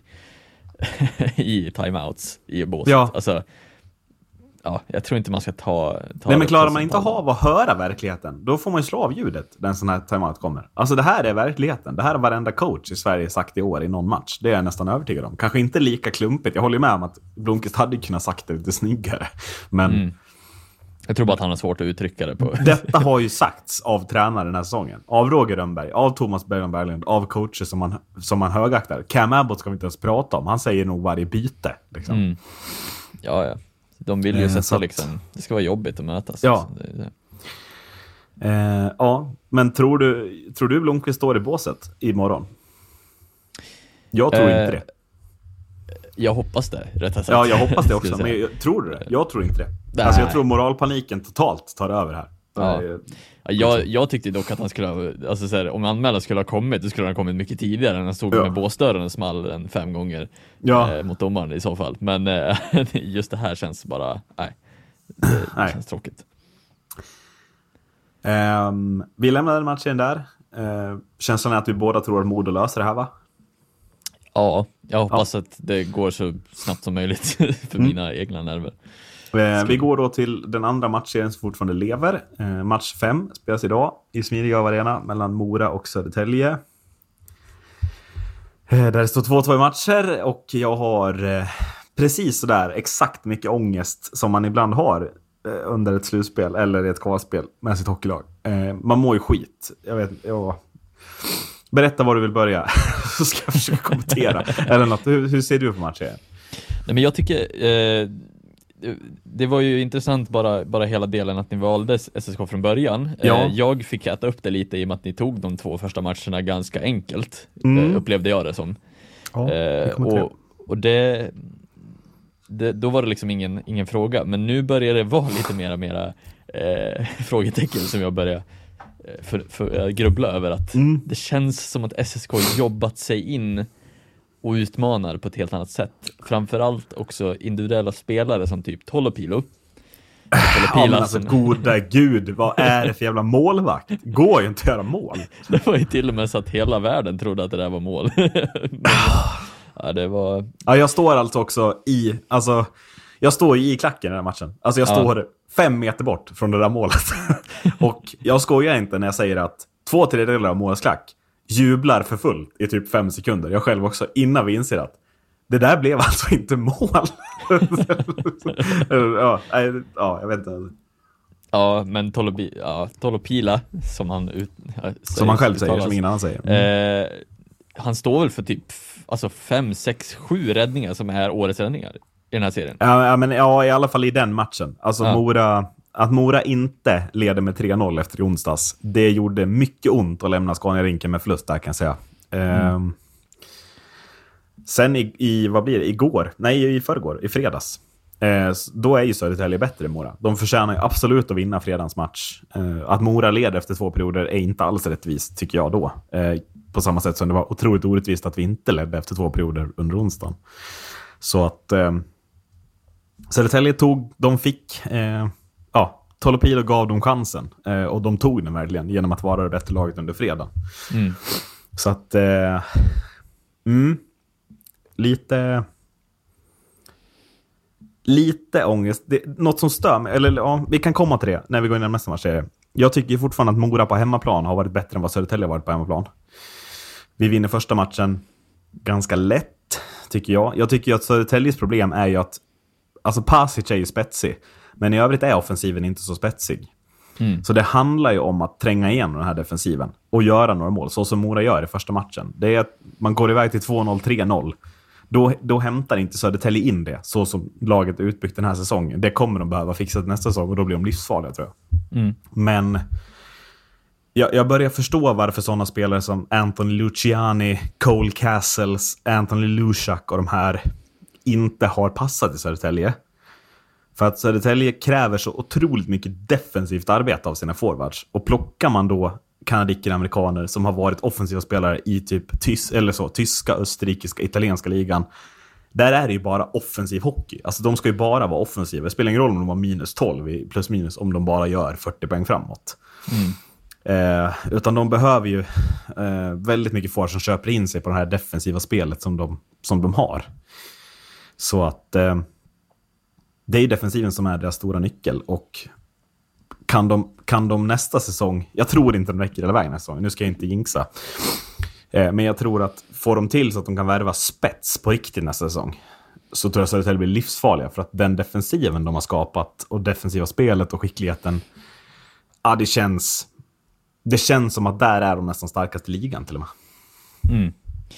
i timeouts i båset. Ja. Alltså, ja, jag tror inte man ska ta, ta Nej, men klarar man inte av att höra verkligheten, då får man ju slå av ljudet den sån här timeout kommer. Alltså det här är verkligheten. Det här har varenda coach i Sverige sagt i år i någon match. Det är jag nästan övertygad om. Kanske inte lika klumpigt. Jag håller med om att Blomqvist hade kunnat sagt det lite snyggare. Men mm. jag tror bara att han har svårt att uttrycka det på. Detta har ju sagts av tränare den här säsongen. Av Roger Rönnberg, av Thomas Berglund Berglund, av coacher som man, som man högaktar. Cam Abbott ska vi inte ens prata om. Han säger nog varje byte. Liksom. Mm. Ja, ja. De vill ju eh, sätta att, liksom, det ska vara jobbigt att mötas. Ja. Det, det. Eh, ja, men tror du, tror du Blomqvist står i båset imorgon? Jag tror eh, inte det. Jag hoppas det, rättare sagt. Ja, jag hoppas det också. Men jag, tror du det? Jag tror inte det. Nej. Alltså jag tror moralpaniken totalt tar över här. Ja. Ja, jag, jag tyckte dock att han skulle ha, alltså så här, om anmälan skulle ha kommit, då skulle han ha kommit mycket tidigare. Han stod ja. med båsdörren och small en fem gånger ja. eh, mot domaren i så fall. Men eh, just det här känns bara, nej, det, nej. det känns tråkigt. Um, vi lämnade matchen där. Uh, känslan är att vi båda tror att Modo löser det här, va? Ja, jag hoppas ja. att det går så snabbt som möjligt för mm. mina egna nerver. Uh, vi går då till den andra matchen som fortfarande lever. Uh, match fem spelas idag i Smidigav Arena mellan Mora och Södertälje. Uh, där det står två två i matcher och jag har uh, precis sådär exakt mycket ångest som man ibland har under ett slutspel eller ett kvalspel med sitt hockeylag. Eh, man mår ju skit. Jag vet, ja. Berätta var du vill börja så ska jag försöka kommentera. Eller något. Hur, hur ser du på matchen? Nej, men jag tycker eh, det var ju intressant bara, bara hela delen att ni valde S S K från början. Ja. Eh, jag fick äta upp det lite i och med att ni tog de två första matcherna ganska enkelt. Mm. Eh, upplevde jag det som. Ja, eh, och, och det Det, då var det liksom ingen, ingen fråga. Men nu börjar det vara lite mera, mera eh, frågetecken som jag börjar eh, för, för, grubbla över. Att mm. det känns som att S S K jobbat sig in och utmanar på ett helt annat sätt. Framförallt också individuella spelare som typ Tolopilo. Ja, men alltså goda gud, vad är det för jävla målvakt? Går ju inte att göra mål. Det var ju till och med så att hela världen trodde att det där var mål. Men, ja, det var... Ja, jag står alltså också i, alltså, jag står i klacken i den här matchen. Alltså jag står ja. fem meter bort från det där målet. Och jag skojar inte när jag säger att två tredjedelar av målets klack jublar för fullt i typ fem sekunder. Jag själv också, innan vi inser att det där blev alltså inte mål. ja, ja, jag vet inte. Ja, men Tolopi, ja, Tolopila, som han ut, ja, som han själv säger, som ingen annan säger. Mm. Eh, han står väl för typ alltså fem, sex, sju räddningar som är årets räddningar i den här serien. Ja, men ja, i alla fall i den matchen. Alltså ja. Mora, att Mora inte leder med tre noll efter i onsdags, det gjorde mycket ont att lämna Scania-rinken med förlust där, kan jag säga. Mm. Um, sen i, i, vad blir det, igår? Nej, i förrgår, i fredags. Eh, då är ju Södertälje bättre än Mora. De förtjänar ju absolut att vinna fredagens match. Eh, att Mora leder efter två perioder är inte alls rättvist, tycker jag då. Eh, på samma sätt som det var otroligt orättvist att vi inte ledde efter två perioder under onsdagen. Så att eh, Södertälje tog, de fick eh, ja, Tolopilo gav dem chansen. Eh, och de tog den verkligen genom att vara det bättre laget under fredag. Mm. Så att eh, mm, lite... Lite ångest. Det, något som stör mig, eller ja, vi kan komma till det när vi går in i den nästa match. Jag tycker fortfarande att Mora på hemmaplan har varit bättre än vad Södertälje har varit på hemmaplan. Vi vinner första matchen ganska lätt, tycker jag. Jag tycker ju att Södertäljes problem är ju att alltså Pasic är ju spetsig, men i övrigt är offensiven inte så spetsig. Mm. Så det handlar ju om att tränga igenom den här defensiven och göra några mål, så som Mora gör i första matchen. Det är att man går iväg till två noll, tre noll. Då, då hämtar inte Södertälje in det så som laget är utbyggt den här säsongen. Det kommer de behöva fixa till nästa säsong och då blir de livsfarliga, tror jag. Mm. Men jag, jag börjar förstå varför sådana spelare som Anthony Luciani, Cole Castles, Anthony Lushak och de här inte har passat i Södertälje. För att Södertälje kräver så otroligt mycket defensivt arbete av sina forwards. Och plockar man då kanadiker, amerikaner som har varit offensiva spelare i typ tys eller så, tyska, österrikiska, italienska ligan. Där är det ju bara offensiv hockey. Alltså de ska ju bara vara offensiva. Det spelar ingen roll om de var minus tolv plus minus om de bara gör fyrtio poäng framåt. Mm. Eh, utan de behöver ju eh, väldigt mycket forwards som köper in sig på det här defensiva spelet som de, som de har. Så att eh, det är defensiven som är deras stora nyckel. Och Kan de, kan de nästa säsong, jag tror inte de räcker hela vägen nästa säsong, nu ska jag inte jinxa, eh, men jag tror att får de till så att de kan värva spets på riktigt nästa säsong, så tror jag att Södertälje blir livsfarliga, för att den defensiven de har skapat och defensiva spelet och skickligheten, ja, det känns det känns som att där är de nästan starkaste i ligan till och med. Mm.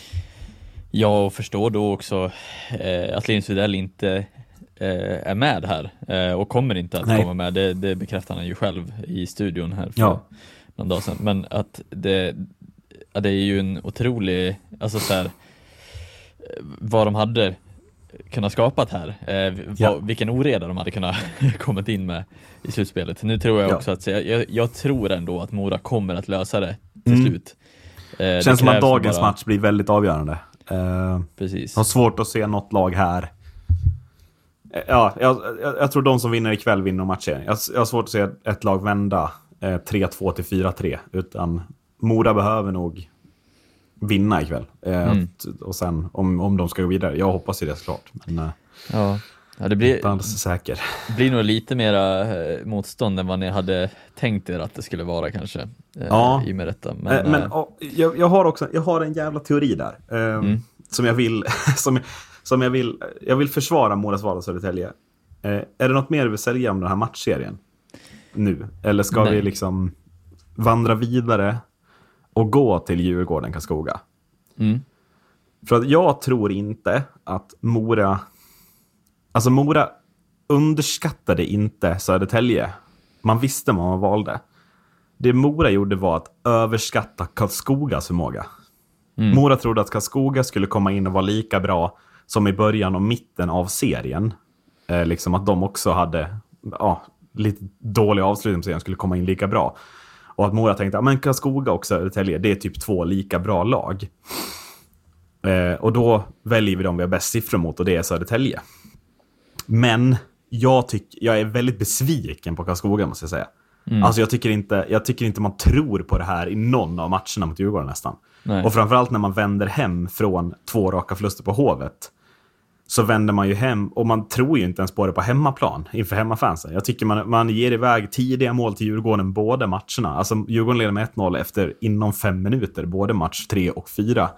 Jag förstår då också eh, att Linus Widell inte är med här och kommer inte att Nej. komma med. Det, det bekräftar han ju själv i studion här för ja. någon dag sedan. Men att det, att det är ju en otrolig, alltså så här, vad de hade kunnat skapat här. Eh, Ja. vad, vilken oreda de hade kunnat kommit in med i slutspelet. Nu tror jag Ja. också att jag, jag tror ändå att Mora kommer att lösa det till Mm. slut. Eh, det Känns som att krävs dagens bara- match blir väldigt avgörande. Uh, Precis. har svårt att se något lag här. Eh, Ja, jag, jag, jag tror de som vinner ikväll vinner matchen. Jag, jag har svårt att se ett lag vända eh, tre två till fyra tre. Utan Mora behöver nog vinna ikväll. Eh, Mm. att- och sen om, om de ska gå vidare. Jag hoppas ju det såklart. Men eh, Ja. Ja, det blir, inte alls säker. blir nog lite mera eh, motstånd än vad ni hade tänkt er att det skulle vara kanske. Eh, Ja. I och med detta. Men, Men, men eh, och, jag, jag har också jag har en jävla teori där. Eh, Mm. Som jag vill som, som jag vill jag vill försvara Moras val och Södertälje. Eh, är det något mer du vill säga om den här matchserien nu? Eller ska Nej. vi liksom vandra vidare och gå till Djurgården Karlskoga? mm. För att jag tror inte att Mora alltså Mora underskattade inte Södertälje. Man visste vad man valde. Det Mora gjorde var att överskatta Karlskogas förmåga. Mm. Mora trodde att Karlskoga skulle komma in och vara lika bra som i början och mitten av serien. Eh, liksom att de också hade ja, lite dålig avslutning på serien, skulle komma in lika bra. Och att Mora tänkte, ja men Karlskoga och Södertälje, det är typ två lika bra lag. Eh, och då väljer vi dem vi har bäst siffror mot, och det är Södertälje. Men jag, tyck, jag är väldigt besviken på Karlskoga, måste jag säga. Mm. Alltså jag tycker, inte, jag tycker inte man tror på det här i någon av matcherna mot Djurgården nästan. Nej. Och framförallt när man vänder hem från två raka förluster på Hovet, så vänder man ju hem, och man tror ju inte ens på det på hemmaplan inför hemmafansen. Jag tycker man, man ger iväg tidiga mål till Djurgården båda matcherna. Alltså Djurgården leder med ett noll efter inom fem minuter, både match tre och fyra.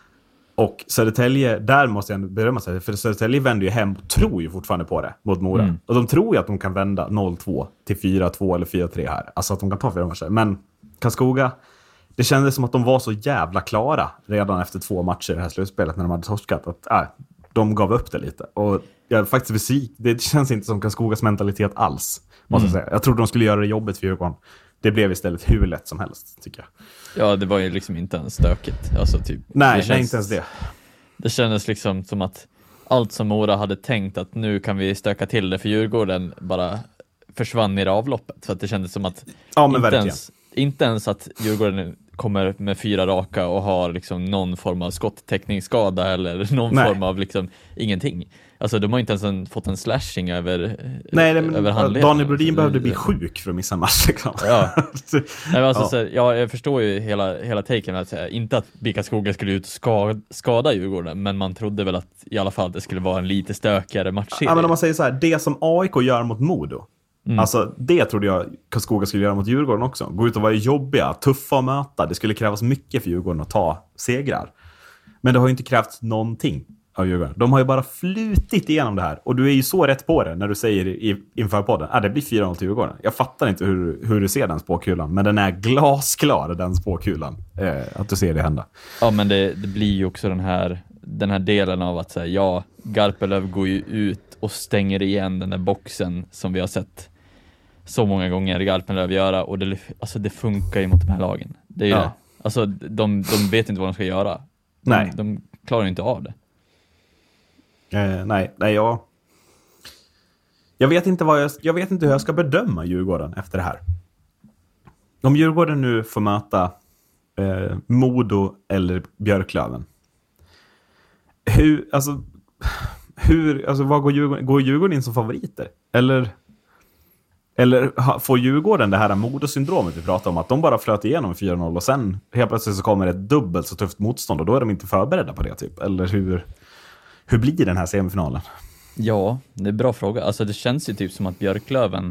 Och Södertälje, där måste jag berömma sig, för Södertälje vänder ju hem och tror ju fortfarande på det mot Mora. Mm. Och de tror ju att de kan vända noll två till fyra två eller fyra tre här. Alltså att de kan ta fyra matcher. Men Karlskoga, det kändes som att de var så jävla klara redan efter två matcher i det här slutspelet när de hade torskat, att äh, de gav upp det lite. Och jag är faktiskt besviken. Det känns inte som Karlskogas mentalitet alls, måste jag säga. Jag trodde de skulle göra det jobbet för Djurgården. Det blev istället hur lätt som helst, tycker jag. Ja, det var ju liksom inte ens stökigt. Alltså, typ, Nej, det nej, känns, inte ens det. Det kändes liksom som att allt som Mora hade tänkt att nu kan vi stöka till det för Djurgården bara försvann i det avloppet. Så att det kändes som att Ja, men inte, verkligen. ens, inte ens att Djurgården kommer med fyra raka och har liksom någon form av skottäckningsskada eller någon Nej. form av liksom ingenting. Alltså de har inte ens en, fått en slashing över, Nej, nej, men över handleden. Daniel Brodin Så behövde det- bli sjuk för att missa en match. Liksom. Ja. Nej, men alltså, Ja. så här, ja, jag förstår ju hela, hela taken att säga, inte att Bika Skoga skulle ut och skada, skada Djurgården, men man trodde väl att i alla fall att det skulle vara en lite stökigare matchserie. Ja, men om man säger så här, det som A I K gör mot Modo, Mm. alltså det trodde jag Karlskoga skulle göra mot Djurgården också. Gå ut och vara jobbiga, tuffa att möta. Det skulle krävas mycket för Djurgården att ta segrar. Men det har ju inte krävts någonting av Djurgården. De har ju bara flutit igenom det här. Och du är ju så rätt på det när du säger i, inför podden, ah, det blir fyra noll till Djurgården. Jag fattar inte hur, hur du ser den spåkulan, men den är glasklar, den spåkulan. Eh, att du ser det hända. Ja, men det, det blir ju också den här, den här delen av att säga, ja, Garpenlöv går ju ut och stänger igen den där boxen som vi har sett så många gånger Garpenlöv göra, och det, alltså det funkar ju mot de här lagen. Det är ju Ja. det. Alltså de, de vet inte vad de ska göra. De, Nej. de klarar inte av det. Eh, nej, nej, jag... Jag vet, inte vad jag, jag vet inte hur jag ska bedöma Djurgården efter det här. Om Djurgården nu får möta eh, Modo eller Björklöven. Hur, alltså... Hur, alltså vad går Djurgården, går Djurgården in som favoriter? Eller... Eller ha- får Djurgården det här Modo-syndromet vi pratar om, att de bara flöt igenom fyra noll och sen helt plötsligt så kommer ett dubbelt så tufft motstånd och då är de inte förberedda på det typ? Eller hur, hur blir den här semifinalen? Ja, det är en bra fråga. Alltså det känns ju typ som att Björklöven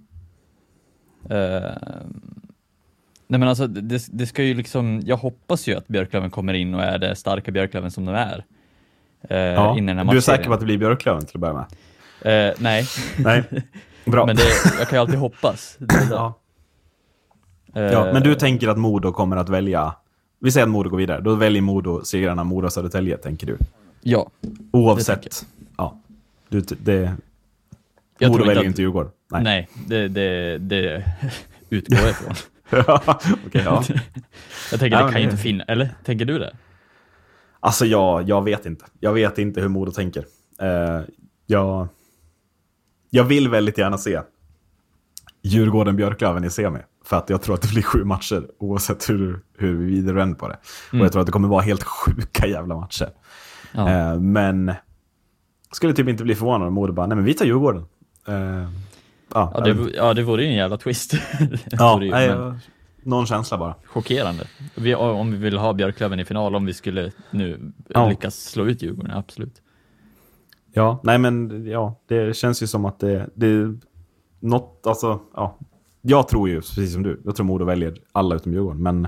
eh, nej men alltså det, det ska ju liksom, jag hoppas ju att Björklöven kommer in och är det starka Björklöven som de är eh, Ja, in i den här du är säker matchserien. på att det blir Björklöven till att börja med? eh, Nej, Nej, bra. men det, jag kan ju alltid hoppas. Det är det. ja. Eh, Ja, men du tänker att Modo kommer att välja... Vi säger att Modo går vidare. Då väljer Modo segrarna Modo och Södertälje, tänker du. Ja, Oavsett. Ja. Du, det, jag Modo tror väljer inte inte Djurgården. att, nej, det, det, det utgår jag ifrån. Okej, ja. Jag tänker Ja, det men kan ju det- inte finnas, eller? Tänker du det? Alltså, jag, jag vet inte. Jag vet inte hur Modo tänker. Eh, jag, jag vill väldigt gärna se Djurgården-Björklöven i semi. För att jag tror att det blir sju matcher oavsett hur, hur vi vidare vänder på det. Mm. Och jag tror att det kommer vara helt sjuka jävla matcher. Ja. Eh, men skulle typ inte bli förvånad om Modo bara, nej men vi tar Djurgården. Eh, ja, ja, det, ja, det vore ju en jävla twist. ja, ju, nej, men... någon känsla bara. Chockerande. Vi, om vi vill ha Björklöven i final, om vi skulle nu ja. lyckas slå ut Djurgården, absolut. Ja, nej men ja, det känns ju som att det, det något, alltså, ja. Jag tror ju, precis som du, jag tror Modo väljer alla utom Djurgården, men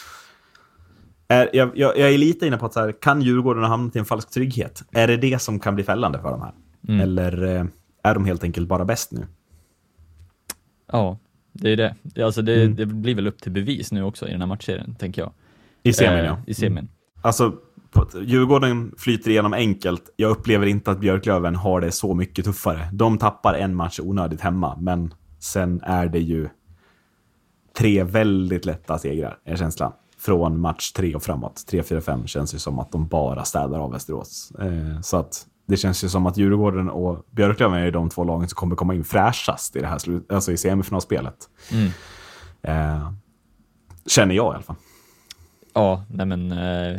är, jag, jag, jag är lite inne på att så här, kan Djurgården ha hamnat i en falsk trygghet? Är det det som kan bli fällande för de här? Mm. Eller är de helt enkelt bara bäst nu? Ja, det är det. Alltså det, mm. det blir väl upp till bevis nu också i den här matchserien, tänker jag. I semin, eh, ja. I semin. Mm. Alltså, Djurgården flyter igenom enkelt. Jag upplever inte att Björklöven har det så mycket tuffare. De tappar en match onödigt hemma, men sen är det ju tre väldigt lätta segrar, är känslan. Från match tre och framåt. tre, fyra, fem känns ju som att de bara städar av Västerås. Eh, så att det känns ju som att Djurgården och Björklöven är de två lagen som kommer komma in fräschast i det här slut, alltså i semifinalspelet. Mm. Eh, känner jag i alla fall. Ja, nej men eh,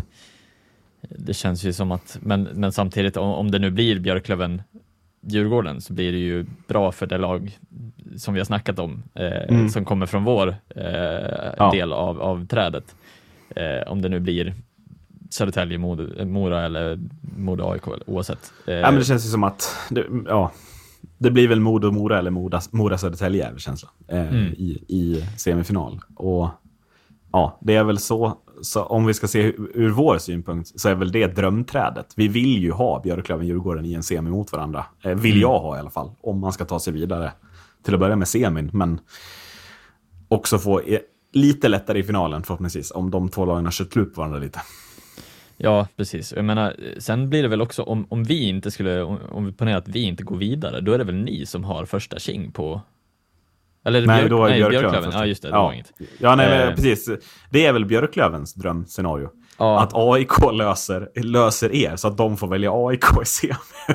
det känns ju som att, men, men samtidigt om, om det nu blir Björklöven Djurgården så blir det ju bra för det lag som vi har snackat om eh, mm. som kommer från vår eh, ja. del av, av trädet. Eh, om det nu blir Södertälje, Modo, Mora eller Modo A I K oavsett. Eh, ja, men det känns ju som att det, ja, det blir väl Modo Mora eller Mora, Mora Södertälje är känslan eh, mm. i, i semifinal. Och ja, det är väl så, så om vi ska se ur vår synpunkt så är väl det drömträdet. Vi vill ju ha Björklöven Djurgården i en semi mot varandra. Eh, vill mm. jag ha i alla fall, om man ska ta sig vidare till att börja med semin, men också få e- lite lättare i finalen förhoppningsvis, om de två lagen har kört slut på varandra lite. Ja, precis. Jag menar, sen blir det väl också, om, om vi inte skulle, om, om vi ponerar att vi inte går vidare, då är det väl ni som har första king på. Eller nej, Björk, då är nej, Björklöven. Björklöven. Ja, just det, det ja. var inget. Ja, nej, eh. men precis. Det är väl Björklövens drömscenario. Ja. Att A I K löser, löser er så att de får välja A I K i semi.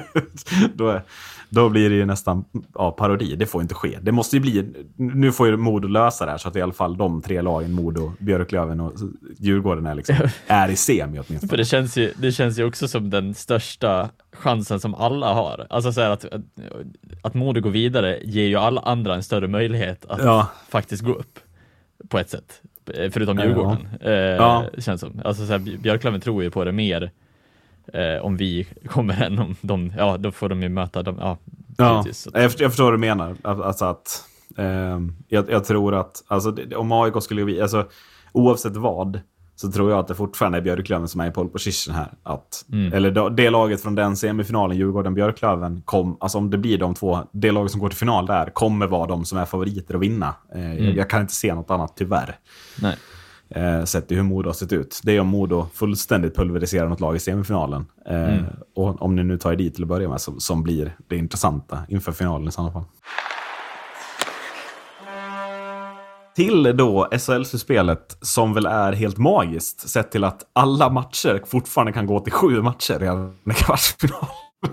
då, är, då blir det ju nästan ja, parodi. Det får inte ske. Det måste ju bli, nu får ju Modo lösa det här så att i alla fall de tre lagen, Modo, Björklöven och Djurgården är, liksom, är i semi åtminstone. För det känns, ju, det känns ju också som den största chansen som alla har. Alltså så här att, att, att Modo går vidare ger ju alla andra en större möjlighet att ja. faktiskt gå upp på ett sätt. Förutom Djurgården. Ja. Eh, ja. Känns som. Alltså så här, Björklöven tror ju på det mer eh, om vi kommer än om de, ja då får de ju möta dem. Ja, ja. Jag, jag förstår vad du menar. Alltså att eh, jag, jag tror att alltså, om A I K skulle, alltså oavsett vad så tror jag att det fortfarande är Björklöven som är i pole position här. Att, mm. Eller det laget från den semifinalen, Djurgården-Björklöven, kom, alltså om det blir de två, det laget som går till final där, kommer vara de som är favoriter att vinna. Eh, mm. jag, jag kan inte se något annat, tyvärr. Nej. Eh, sett i hur Modo har sett ut. Det är om Modo fullständigt pulveriserar något lag i semifinalen. Eh, mm. Och om ni nu tar er dit till att börja med, som, som blir det intressanta inför finalen i sådana fall. Till då S H L-spelet som väl är helt magiskt sett till att alla matcher fortfarande kan gå till sju matcher redan i kvartsfinal.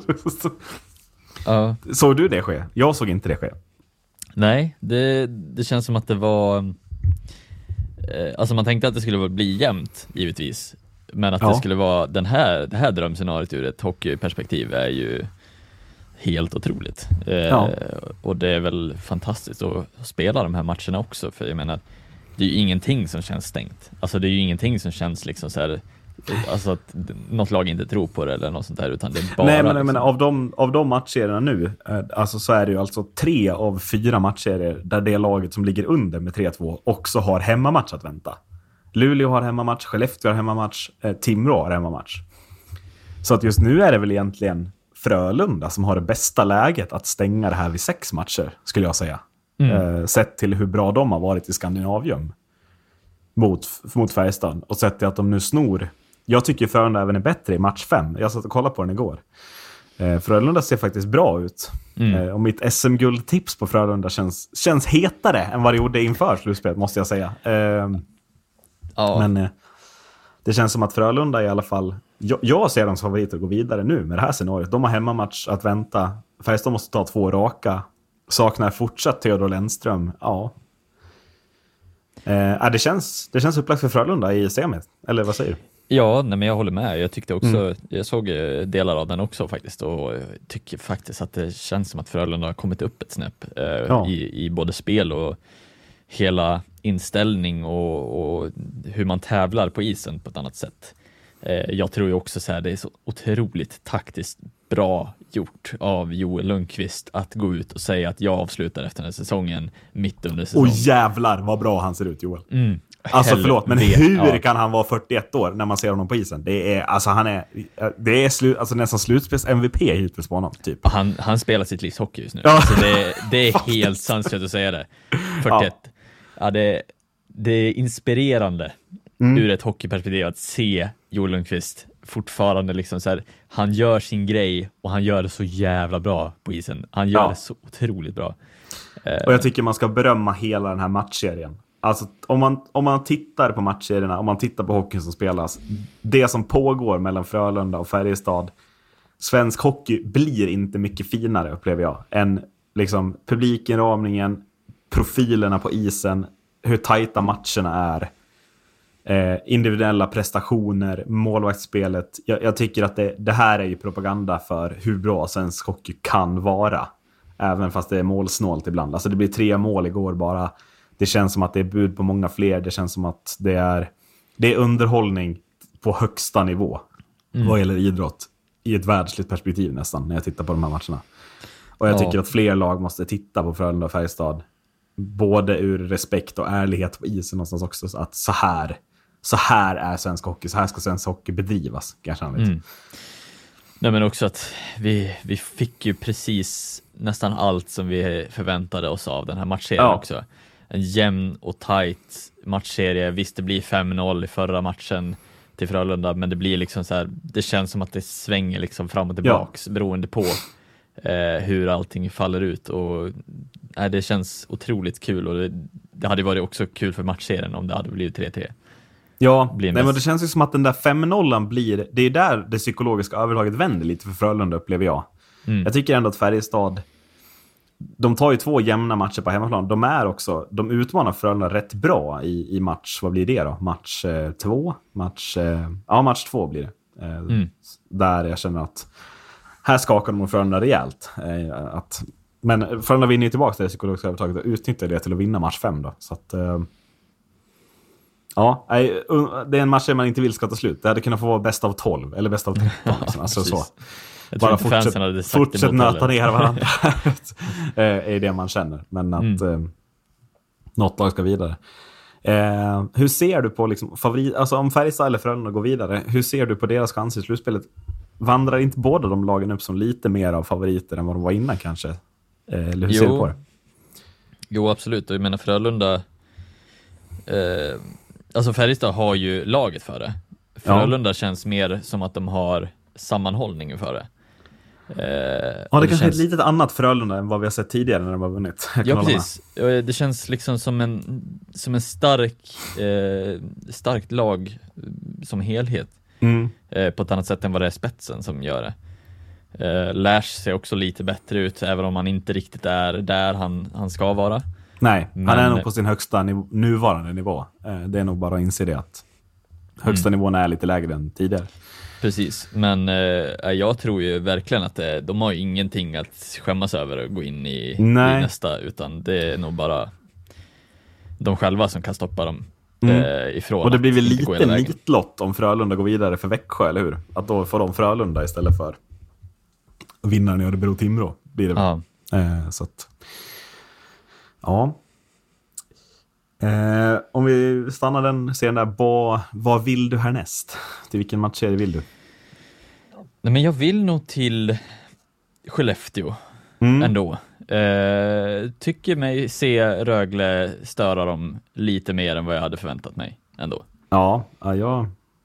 uh. Såg du det ske? Jag såg inte det ske. Nej, det, det känns som att det var eh, alltså man tänkte att det skulle bli jämnt givetvis, men att ja. det skulle vara den här, det här drömscenariot ur ett hockeyperspektiv är ju helt otroligt. Eh, ja. Och det är väl fantastiskt att spela de här matcherna också, för jag menar, det är ju ingenting som känns stängt. Alltså det är ju ingenting som känns liksom så här, alltså att något lag inte tror på det eller något sånt där, utan det är bara nej, men, liksom. men av de, av de matcherna nu, alltså så är det ju alltså tre av fyra matcher där det laget som ligger under med tre två också har hemmamatch att vänta. Luleå har hemmamatch, Skellefteå har hemmamatch, eh, Timrå har hemmamatch. Så att just nu är det väl egentligen Frölunda som har det bästa läget att stänga det här vid sex matcher, skulle jag säga. Mm. Eh, sett till hur bra de har varit i Skandinavium mot, mot Färjestad. Och sett till att de nu snor. Jag tycker Frölunda även är bättre i match fem. Jag satt och kollade på den igår. Eh, Frölunda ser faktiskt bra ut. Mm. Eh, och mitt S M-guldtips på Frölunda känns, känns hetare än vad det gjorde inför slutspelet, måste jag säga. Eh, ja. Men eh, det känns som att Frölunda i alla fall jag, jag ser dem som favoriter att gå vidare nu med det här scenariot. De har hemmamatch att vänta. Färjestad måste ta två raka. Saknar fortsatt Theodor Lennström. Ja. Eh, det, känns, det känns upplagt för Frölunda i semin. Eller vad säger du? Ja, nej, men jag håller med. Jag tyckte också, Mm. jag såg delar av den också faktiskt, och jag tycker faktiskt att det känns som att Frölunda har kommit upp ett snäpp eh, Ja. i, i både spel och hela inställning och, och hur man tävlar på isen på ett annat sätt. Eh, jag tror ju också så här, det är så otroligt taktiskt bra gjort av Joel Lundqvist att gå ut och säga att jag avslutar efter den här säsongen mitt under säsongen. Och jävlar vad bra han ser ut, Joel. Mm. Alltså förlåt, men Helvete, hur ja. kan han vara fyrtioett år när man ser honom på isen? Det är, alltså han är, det är slu, alltså nästan slutspels-M V P hittills på honom, typ. Han, han spelar sitt livs hockey just nu. Ja. Alltså det, det är helt sanslöst att säga det. fyrtioett. Ja. Ja, det, det är inspirerande Mm. ur ett hockeyperspektiv att se Joel Lundqvist fortfarande liksom så här, han gör sin grej och han gör det så jävla bra på isen. Han gör Ja. det så otroligt bra. Och jag tycker man ska berömma hela den här matchserien. Alltså om man, om man tittar på matchserierna, om man tittar på hockeyn som spelas, det som pågår mellan Frölunda och Färjestad, svensk hockey blir inte mycket finare, upplever jag, än liksom publikinramningen, profilerna på isen, hur tajta matcherna är, eh, individuella prestationer, målvaktsspelet. Jag, jag tycker att det, det här är ju propaganda för hur bra svensk hockey kan vara, även fast det är målsnålt ibland. Alltså det blir tre mål igår bara. Det känns som att det är bud på många fler. Det känns som att det är, det är underhållning på högsta nivå mm. vad gäller idrott i ett världsligt perspektiv nästan när jag tittar på de här matcherna. Och jag ja. tycker att fler lag måste titta på Frölunda och Färjestad både ur respekt och ärlighet på isen någonstans också, så att så här så här är svensk hockey, så här ska svensk hockey bedrivas, kanske han vet. Mm. Nej, men också att vi, vi fick ju precis nästan allt som vi förväntade oss av den här matchserien ja. också. En jämn och tight matchserie. Visst, det blir fem noll i förra matchen till Frölunda, men det blir liksom så här, det känns som att det svänger liksom fram och tillbaks ja. beroende på eh, hur allting faller ut, och eh, det känns otroligt kul, och det, det hade varit också kul för matchserien om det hade blivit tre tre. Ja, nej, men det känns ju som att den där fem noll blir, det är där det psykologiska övertaget vänder lite för Frölunda, upplever jag. Mm. Jag tycker ändå att Färjestad, de tar ju två jämna matcher på hemmaplan. De är också, de utmanar Frölunda rätt bra i, i match, vad blir det då? Match eh, två? Match, eh, ja, match två blir det. Eh, mm. Där jag känner att här skakar de Frölunda rejält. Eh, att, men Frölunda vinner ju tillbaka det psykologiska övertaget och utnyttjar det till att vinna match fem då. Så att eh, ja, det är en match där man inte vill ska ta slut. Det hade kunnat få vara bäst av tolv eller bäst av tretton. Liksom. Alltså så. Bara fortsätt, fortsätt nöta ner varandra. är det man känner. Men att mm. eh, något lag ska vidare. Eh, hur ser du på liksom, favorit, alltså om Färjestad eller Frölunda går vidare, hur ser du på deras chanser i slutspelet? Vandrar inte båda de lagen upp som lite mer av favoriter än vad de var innan kanske? Eh, eller hur jo. ser du på det? Jo, absolut. Och jag menar Frölunda... Eh, alltså Färjestad har ju laget för det. Frölunda ja. känns mer som att de har sammanhållning för det. Eh, ja, det, det kanske känns... är ett litet annat Frölunda än vad vi har sett tidigare när de har vunnit. Ja, precis. Det känns liksom som en, som en stark eh, starkt lag som helhet. Mm. Eh, på ett annat sätt än vad det är spetsen som gör det. Eh, Lash ser också lite bättre ut, även om han inte riktigt är där han, han ska vara. Nej, Men... han är nog på sin högsta niv- nuvarande nivå. Eh, det är nog bara att inse det, att högsta mm. nivån är lite lägre än tidigare. Precis, men eh, jag tror ju verkligen att det, de har ingenting att skämmas över att gå in i, i nästa, utan det är nog bara de själva som kan stoppa dem mm. eh, ifrån. Och det blir väl lite nitlott om Frölunda går vidare för Växjö, eller hur? Att då får de Frölunda istället för vinnaren i Örebro Timrå blir det. Ja. Eh, så att ja. Eh, om vi stannar den serien där, vad, vad vill du härnäst? Till vilken matchserie vill du? Nej, men jag vill nog till Skellefteå mm. ändå. Eh, tycker mig se Rögle störa dem lite mer än vad jag hade förväntat mig ändå. Ja, ja, ja.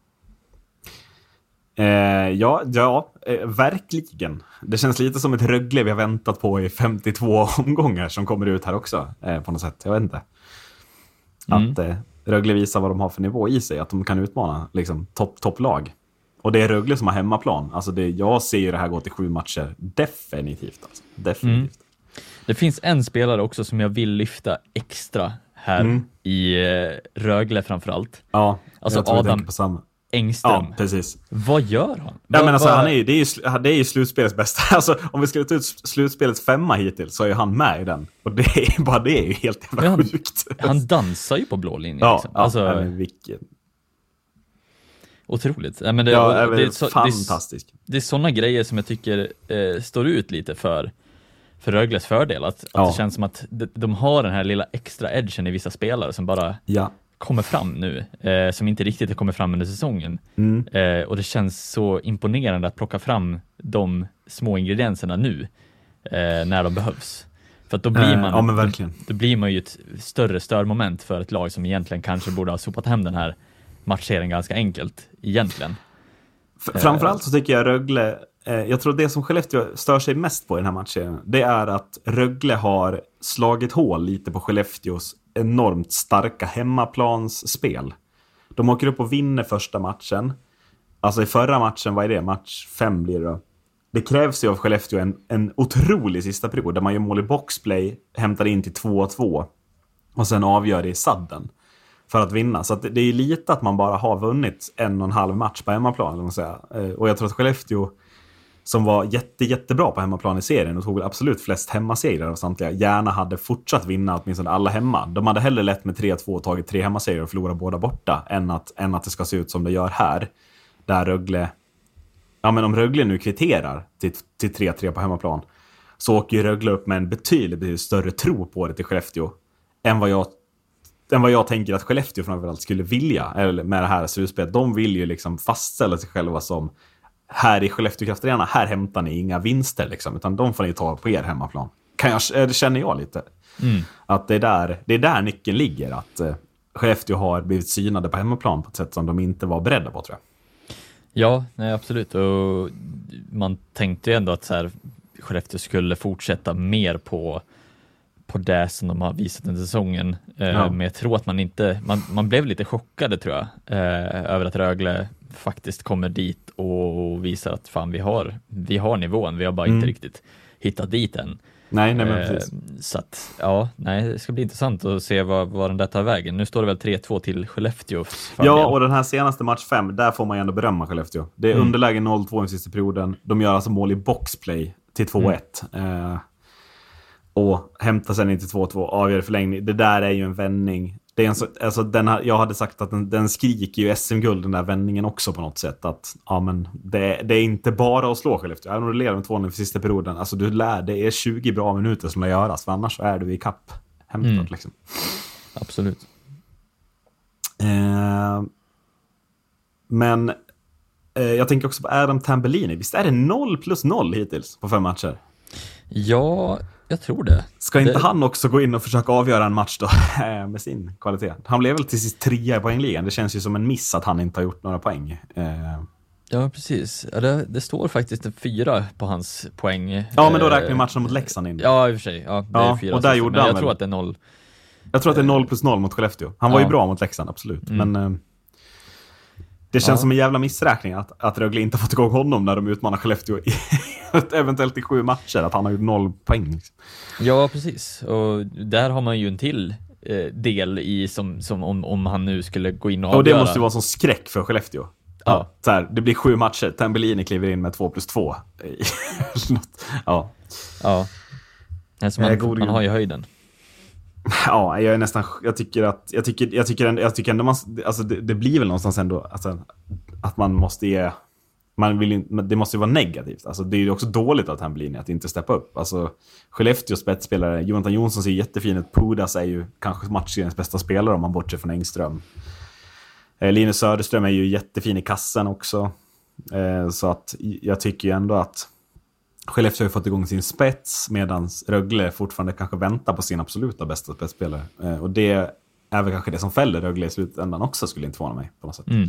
Eh, ja, ja eh, verkligen. Det känns lite som ett Rögle vi har väntat på i femtiotvå omgångar som kommer ut här också eh, på något sätt. Jag vet inte. Att mm. eh, Rögle visar vad de har för nivå i sig, att de kan utmana liksom topp topplag. Och det är Rögle som har hemmaplan. Alltså det, jag ser ju det här gå till sju matcher. Definitivt. Alltså. Definitivt. Mm. Det finns en spelare också som jag vill lyfta extra här mm. i eh, Rögle framförallt. Ja, alltså jag tror Adam jag tänker på samma. Engström. Ja, precis. Vad gör han? Ja, vad, men alltså, vad... han är ju, det, är ju, det är ju slutspelets bästa. Alltså, om vi skulle ta ut slutspelets femma hittills så är han med i den. Och det är bara det är ju helt jävla han, sjukt. Han dansar ju på blå linjen. Ja, liksom. ja alltså, men vilken... Otroligt. Ja, men det, ja, det, det är är så, fantastiskt. Det är, det är sådana grejer som jag tycker eh, står ut lite för, för Rögles fördel. Att, ja. att det känns som att de, de har den här lilla extra edgen i vissa spelare som bara ja. kommer fram nu. Eh, som inte riktigt har kommit fram under säsongen. Mm. Eh, och det känns så imponerande att plocka fram de små ingredienserna nu. Eh, när de behövs. För att då blir man, eh, ja, men verkligen. Då, då blir man ju ett större störmoment för ett lag som egentligen kanske borde ha sopat hem den här matchserien ganska enkelt egentligen. F- framförallt så tycker jag Rögle, eh, jag tror det som Skellefteå stör sig mest på i den här matchen, det är att Rögle har slagit hål lite på Skellefteås enormt starka hemmaplansspel. De åker upp och vinner första matchen. Alltså i förra matchen, vad är det? Match fem blir det då. Det krävs ju av Skellefteå en, en otrolig sista period där man gör mål i boxplay, hämtar in till två två och sen avgör det i sadden för att vinna. Så att det är lite att man bara har vunnit en och en halv match på hemmaplan. Eller man säga. Och jag tror att Skellefteå, som var jätte, jättebra på hemmaplan i serien och tog absolut flest hemmasegrar av samtliga, gärna hade fortsatt vinna åtminstone alla hemma. De hade hellre lätt med tre två och tagit tre hemmasegrar och förlorat båda borta än att, än att det ska se ut som det gör här. Där Rögle, ja men om Rögle nu kvitterar till, till tre tre på hemmaplan, så åker ju Rögle upp med en betydligt, betydligt större tro på det till Skellefteå än vad jag än vad jag tänker att Skellefteå framförallt skulle vilja eller med det här slutspelet. De vill ju liksom fastställa sig själva som här i Skellefteå Kraftarena, här hämtar ni inga vinster liksom, utan de får ni ta på er hemmaplan. Kan jag, det känner jag lite. Mm. Att det är, där, det är där nyckeln ligger, att eh, Skellefteå har blivit synade på hemmaplan på ett sätt som de inte var beredda på, tror jag. Ja, nej, absolut. Och man tänkte ju ändå att så här, Skellefteå skulle fortsätta mer på på det som de har visat den säsongen. Eh, ja. Men jag tror att man inte, man, man blev lite chockade tror jag, eh, över att Rögle faktiskt kommer dit och visar att fan vi har, vi har nivån, vi har bara mm. inte riktigt hittat dit än. Nej, nej men eh, precis. Så att, ja, nej, det ska bli intressant att se vad, vad den där tar vägen. Nu står det väl tre två till Skellefteå. Ja, och den här senaste match fem, där får man ju ändå berömma Skellefteå. Det är mm. underläge noll två i sista perioden. De gör alltså mål i boxplay till två ett. Mm. Eh, och hämtar sen in till två två, avgör förlängning. Det där är ju en vändning. Det är en så, alltså den här, jag hade sagt att den, den skriker ju S M-guld, den där vändningen också på något sätt. Att ja, men det, det är inte bara att slå Skellefteå. Även om du leder med två noll för sista perioden. Alltså du lär, det är tjugo bra minuter som ska göras. För annars är du i kapp hämtat mm. liksom. Absolut. Eh, men eh, jag tänker också på Adam Tambellini. Visst är det noll plus noll hittills på fem matcher? Ja, jag tror det. Ska inte det... han också gå in och försöka avgöra en match då med sin kvalitet? Han blev väl till sist trea i poängligan. Det känns ju som en miss att han inte har gjort några poäng. Eh... Ja, precis. Ja, det, det står faktiskt en fyra på hans poäng. Ja, men då räknar vi matchen mot Leksand in. Ja, i och för sig. Ja, det ja, är fyra. Och där gjorde men han jag väl... tror att det är noll. Jag tror att det är noll plus noll mot Skellefteå. Han var ja. ju bra mot Leksand, absolut. Mm. Men... Eh... Det känns ja. som en jävla missräkning att, att Rögle inte har fått igång honom när de utmanar Skellefteå i, eventuellt i sju matcher, att han har gjort noll poäng. Ja, precis. Och där har man ju en till eh, del i som, som om, om han nu skulle gå in och avgöra. Och det måste ju vara en sån skräck för Skellefteå. Ja. Så här, det blir sju matcher, Tambellini kliver in med två plus två. ja. Ja. Alltså man, god, man har ju höjden. Ja, jag är nästan, jag tycker att jag tycker jag tycker ändå, jag tycker ändå man, alltså det, det blir väl någonstans ändå alltså, att man måste ge, man vill inte, det måste ju vara negativt. Alltså det är ju också dåligt att han blir att inte steppa upp. Alltså Skellefteås spetsspelare Jonathan Jonsson ser jättefin ut. Pudas är ju kanske matchens bästa spelare om man bortser från Engström. Eh, Linus Söderström är ju jättefin i kassen också. Eh, så att jag tycker ju ändå att Skellefteå har fått igång sin spets medan Rögle fortfarande kanske väntar på sin absoluta bästa spetsspelare. Eh, och det är väl kanske det som fäller Rögle i slutändan också, skulle inte förvåna mig på något sätt. Mm.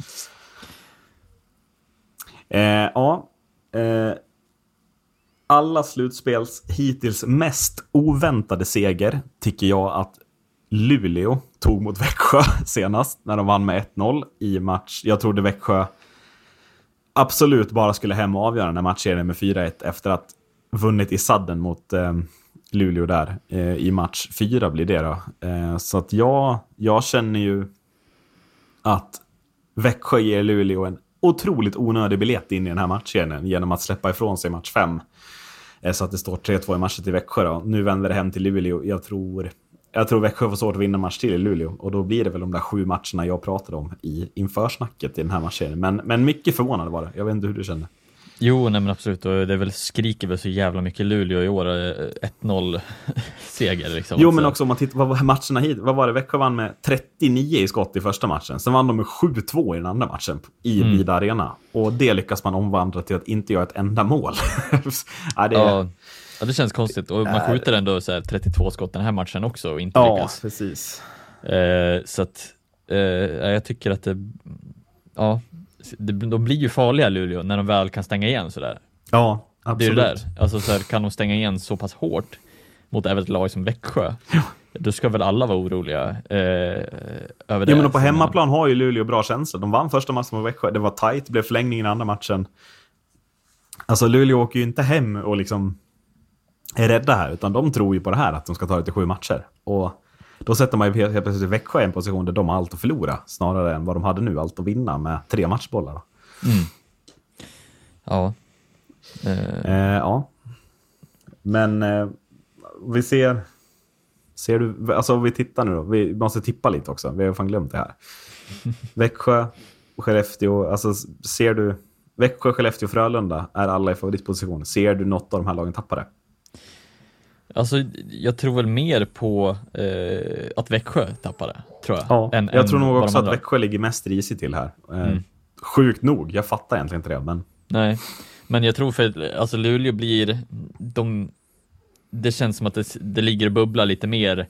Eh, ja. Eh, alla slutspels hittills mest oväntade seger tycker jag att Luleå tog mot Växjö senast när de vann med ett noll i match. Jag trodde Växjö absolut bara skulle hem och avgöra när matchen med fyra ett efter att vunnit i sadden mot eh, Luleå där eh, i match fyra blir det då. Eh, så att jag, jag känner ju att Växjö ger Luleå en otroligt onödig biljett in i den här matchen genom att släppa ifrån sig match fem. Eh, så att det står tre två i matchen till Växjö då. Nu vänder det hem till Luleå. Jag tror, jag tror Växjö får svårt att vinna match till i Luleå. Och då blir det väl de där sju matcherna jag pratade om i införsnacket i den här matchen. Men, men mycket förvånande var det. Jag vet inte hur du känner. Jo, nej men absolut, och det är väl, skriker väl så jävla mycket Luleå i år, ett noll seger liksom. Jo, men också om man tittar på matcherna hit, vad var det? Växjö vann med trettionio i skott i första matchen, sen vann de med sju två i den andra matchen i mm. Vida Arena, och det lyckas man omvandla till att inte göra ett enda mål. ja, det är... ja, ja, det känns konstigt, och man skjuter ändå så här trettiotvå skott den här matchen också och inte ja, lyckas. Ja, precis. Eh, så att eh, jag tycker att det, ja, de blir ju farliga Luleå när de väl kan stänga igen sådär. Ja, absolut. Det är det där. Alltså så här, kan de stänga igen så pass hårt mot även ett lag som Växjö, ja. Då ska väl alla vara oroliga eh, över det. Ja, men på hemmaplan har ju Luleå bra känsla. De vann första matchen mot Växjö. Det var tajt, det blev förlängning i den andra matchen. Alltså Luleå åker ju inte hem och liksom är rädda här, utan de tror ju på det här att de ska ta det till sju matcher. Och då sätter man ju helt plötsligt Växjö i en position där de har allt att förlora snarare än vad de hade nu, allt att vinna med tre matchbollar. Då. Mm. Ja. Eh. Eh, ja. Men eh, vi ser ser du, alltså vi tittar nu då, vi måste tippa lite också, vi har fan glömt det här. Växjö, Skellefteå, alltså ser du Växjö, Skellefteå och Frölunda är alla i favoritposition. Ser du något av de här lagen tappade? Alltså, jag tror väl mer på eh, att Växjö tappade, tror jag. Ja, än, jag än tror nog också att Växjö ligger mest risigt till här. Eh, mm. Sjukt nog, jag fattar egentligen inte det, men... Nej, men jag tror för alltså Luleå blir... De, det känns som att det, det ligger och bubblar lite mer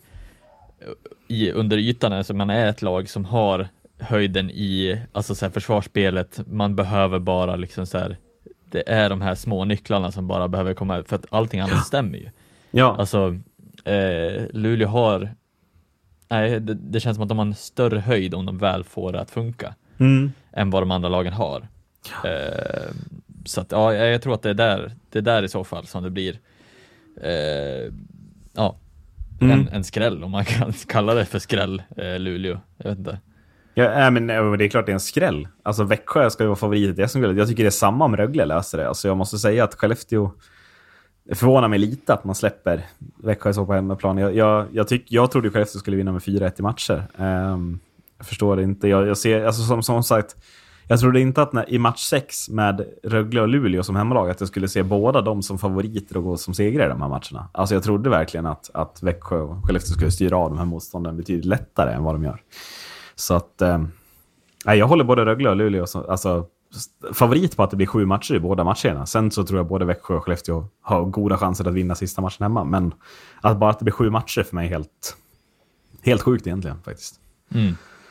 i, under ytan. Alltså man är ett lag som har höjden i alltså så här, försvarsspelet. Man behöver bara liksom så här... Det är de här små nycklarna som bara behöver komma ut, för att allting annat stämmer ju. Ja. Alltså, eh, Luleå har... Nej, det, det känns som att de har en större höjd om de väl får det att funka mm. än vad de andra lagen har. Eh, så att, ja, jag tror att det är där, det är där i så fall som det blir eh, ja, mm. en, en skräll, om man kan kalla det för skräll, eh, Luleå. Jag vet inte. Ja, men det är klart det är en skräll. Alltså Växjö ska ju vara favorit i S M-guldet. Jag tycker det är samma om Rögle löser det. Alltså jag måste säga att Skellefteå förvånar mig lite att man släpper Växjö så på hemmaplan. Jag, jag, jag, tyck, jag trodde ju Skellefteå skulle vinna med fyra ett i matcher. Um, jag förstår det inte. Jag, jag ser, alltså som, som sagt, jag trodde inte att när, i match sex med Rögle och Luleå som hemmalag att jag skulle se båda dem som favoriter och gå som segrare i de här matcherna. Alltså jag trodde verkligen att, att Växjö och Skellefteå skulle styra av de här motstånden betydligt lättare än vad de gör. Så att um, jag håller både Rögle och Luleå som, alltså favorit på att det blir sju matcher i båda matcherna. Sen så tror jag både Växjö och Skellefteå har goda chanser att vinna sista matchen hemma. Men att bara att det blir sju matcher för mig är helt, helt sjukt egentligen faktiskt. Mm.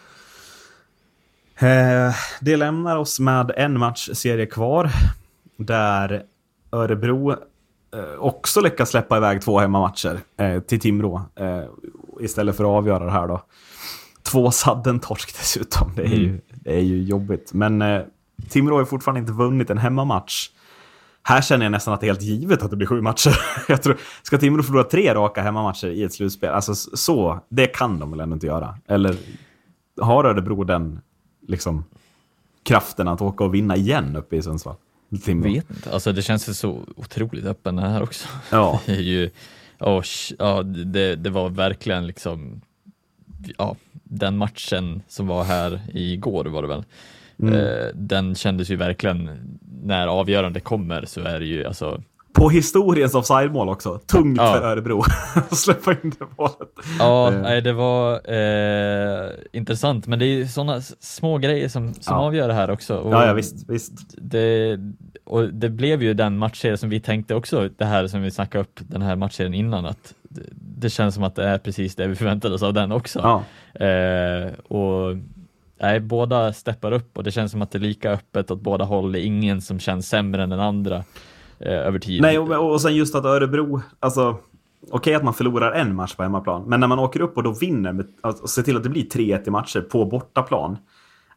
Eh, det lämnar oss med en matchserie kvar. Där Örebro eh, också lyckas släppa iväg två hemmamatcher eh, till Timrå. Eh, istället för att avgöra det här då. Två sadden torsk dessutom. Det är, mm. ju, det är ju jobbigt. Men eh, Timrå har fortfarande inte vunnit en hemmamatch. Här känner jag nästan att det är helt givet att det blir sju matcher. Jag tror, ska Timrå förlora tre raka hemmamatcher i ett slutspel? Alltså så, det kan de väl ändå inte göra. Eller har Örebro den liksom kraften att åka och vinna igen uppe i Sundsvall? Timrå. Vet inte, alltså det känns ju så otroligt öppen här också. Ja. Det är ju, oh, ja, det, det var verkligen liksom, ja, den matchen som var här igår var det väl. Mm. Eh, den kändes ju verkligen, när avgörande kommer så är det ju alltså... På historiens offside-mål också. Tungt ja. för Örebro. Släppa in det målet. Ja, eh. nej, det var eh, intressant. Men det är sådana små grejer som, som ja. avgör det här också. Och ja, ja, visst. visst. Det, och det blev ju den matchserien som vi tänkte också, det här som vi snackade upp, den här matchserien innan, att det, det känns som att det är precis det vi förväntade oss av den också. Ja. Eh, och nej, båda steppar upp och det känns som att det är lika öppet åt båda håll. Det är ingen som känns sämre än den andra eh, över tid. Nej, och, och sen just att Örebro, alltså okej okay, att man förlorar en match på hemmaplan, men när man åker upp och då vinner med, alltså, se till att det blir tre ett i matcher på bortaplan.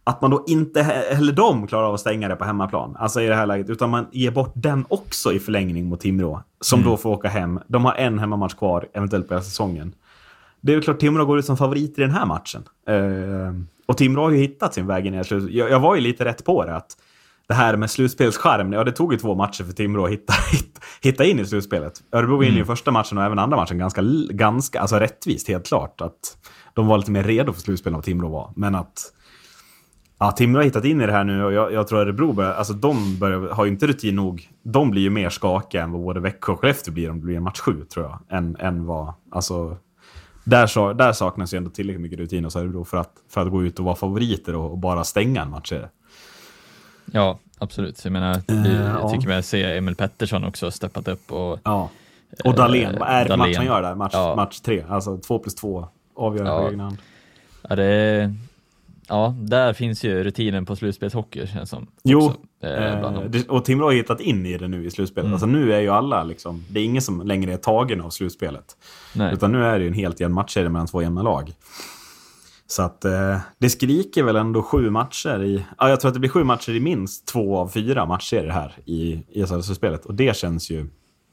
att man då inte heller de klarar av att stänga det på hemmaplan. Alltså i det här läget. Utan man ger bort den också i förlängning mot Timrå. Som mm. då får åka hem. De har en hemmamatch kvar, eventuellt på hela säsongen. Det är ju klart Timrå går ut som favorit i den här matchen. Uh, och Timrå har ju hittat sin väg in i slut. Jag, jag var ju lite rätt på det. Att det här med slutspelsskärm. Ja, det tog ju två matcher för Timrå att hitta, hitta, hitta in i slutspelet. Örebro in mm. i första matchen och även andra matchen. Ganska, ganska alltså rättvist, helt klart. Att de var lite mer redo för slutspel än vad Timrå var. Men att ja, Timrå har hittat in i det här nu och jag, jag tror att Örebro börjar, alltså de börjar, har ju inte rutin nog. De blir ju mer skakiga än vad både Växjö och Skellefteå blir om det blir en match sju, tror jag. Än, än vad, alltså, där, så, där saknas ju ändå tillräckligt mycket rutin hos Örebro för att, för att gå ut och vara favoriter och, och bara stänga en match. Ja, absolut. Jag menar, vi, uh, jag tycker ja. vi ser Emil Pettersson också steppat upp. Och, ja. och Dahlén, vad är det match han gör där? Match, ja. match tre, alltså två plus två avgör ja. på egen hand. Ja, det Ja, där finns ju rutinen på slutspelshockey, känns som. Jo, också, eh, eh, och Timrå har hittat in i det nu i slutspelet. Mm. Alltså nu är ju alla liksom, det är ingen som längre är tagen av slutspelet. Nej. Utan nu är det ju en helt jämn matchserie mellan två jämna lag. Så att eh, det skriker väl ändå sju matcher i, ja, jag tror att det blir sju matcher i minst två av fyra matcher här i, i S H L-slutspelet. Och det känns ju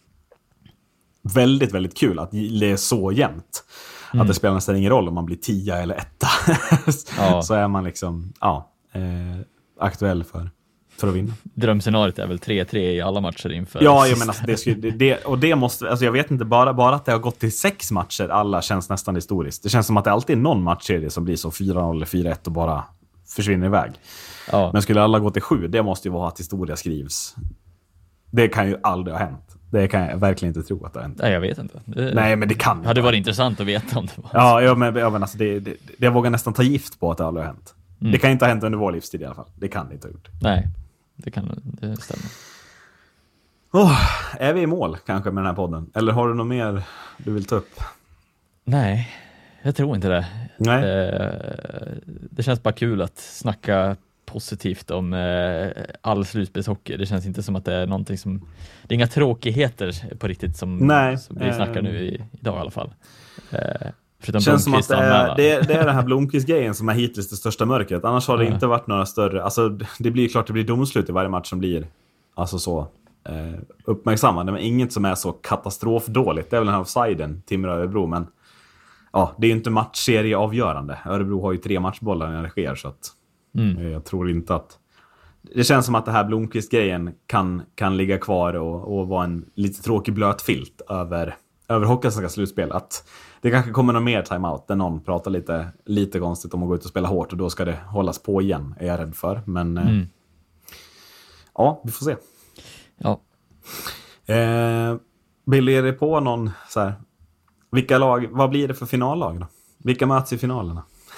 väldigt, väldigt kul att det är så jämnt. Mm. Att det spelar nästan ingen roll om man blir tia eller etta. Ja. Så är man liksom ja, eh, aktuell för, för att vinna. Drömscenariot är väl tre tre i alla matcher inför. Ja, jag menar, alltså, det, skulle, det, och det måste, alltså jag vet inte, bara, bara att det har gått till sex matcher, alla känns nästan historiskt. Det känns som att det alltid är någon matchserie som blir så fyra noll eller fyra ett och bara försvinner iväg. Ja. Men skulle alla gå till sju, det måste ju vara att historia skrivs. Det kan ju aldrig ha hänt. Det kan jag verkligen inte tro att det har hänt. Nej, jag vet inte. Det... Nej, men det kan det hade varit intressant att veta om det var. Ja, ja men, ja, men alltså det, det, det jag vågar nästan ta gift på att det aldrig har hänt. Mm. Det kan inte ha hänt under vår livstid i alla fall. Det kan det inte ha gjort. Nej, det kan det stämmer. Oh, är vi i mål kanske med den här podden? Eller har du något mer du vill ta upp? Nej, jag tror inte det. Nej. Det, det känns bara kul att snacka positivt om eh, all slutspelshockey. Det känns inte som att det är någonting som... Det är inga tråkigheter på riktigt som, Nej, som vi snackar nu i, idag i alla fall. Eh, det känns som att det är, det, är, det är den här Blomqvist-grejen som är hittills det största mörkret. Annars har det ja. inte varit några större... Alltså, det blir klart det blir domslut i varje match som blir alltså så eh, uppmärksammade. Men inget som är så katastrofdåligt. Det är väl den här offsiden, Timrå Örebro. Men ja, det är ju inte matchserie avgörande. Örebro har ju tre matchbollar när det sker, så att Mm. jag tror inte att det känns som att det här Blomqvist-grejen kan, kan ligga kvar och, och vara en lite tråkig blöt filt över, över Hockeyallsvenska slutspel. Att det kanske kommer någon mer timeout där någon pratar lite, lite konstigt om att gå ut och spela hårt och då ska det hållas på igen, är jag rädd för. Men mm. eh, ja, vi får se. Ja. Eh, Billy, är det på någon så här, vilka lag, vad blir det för finallag då? Vilka möts i finalerna?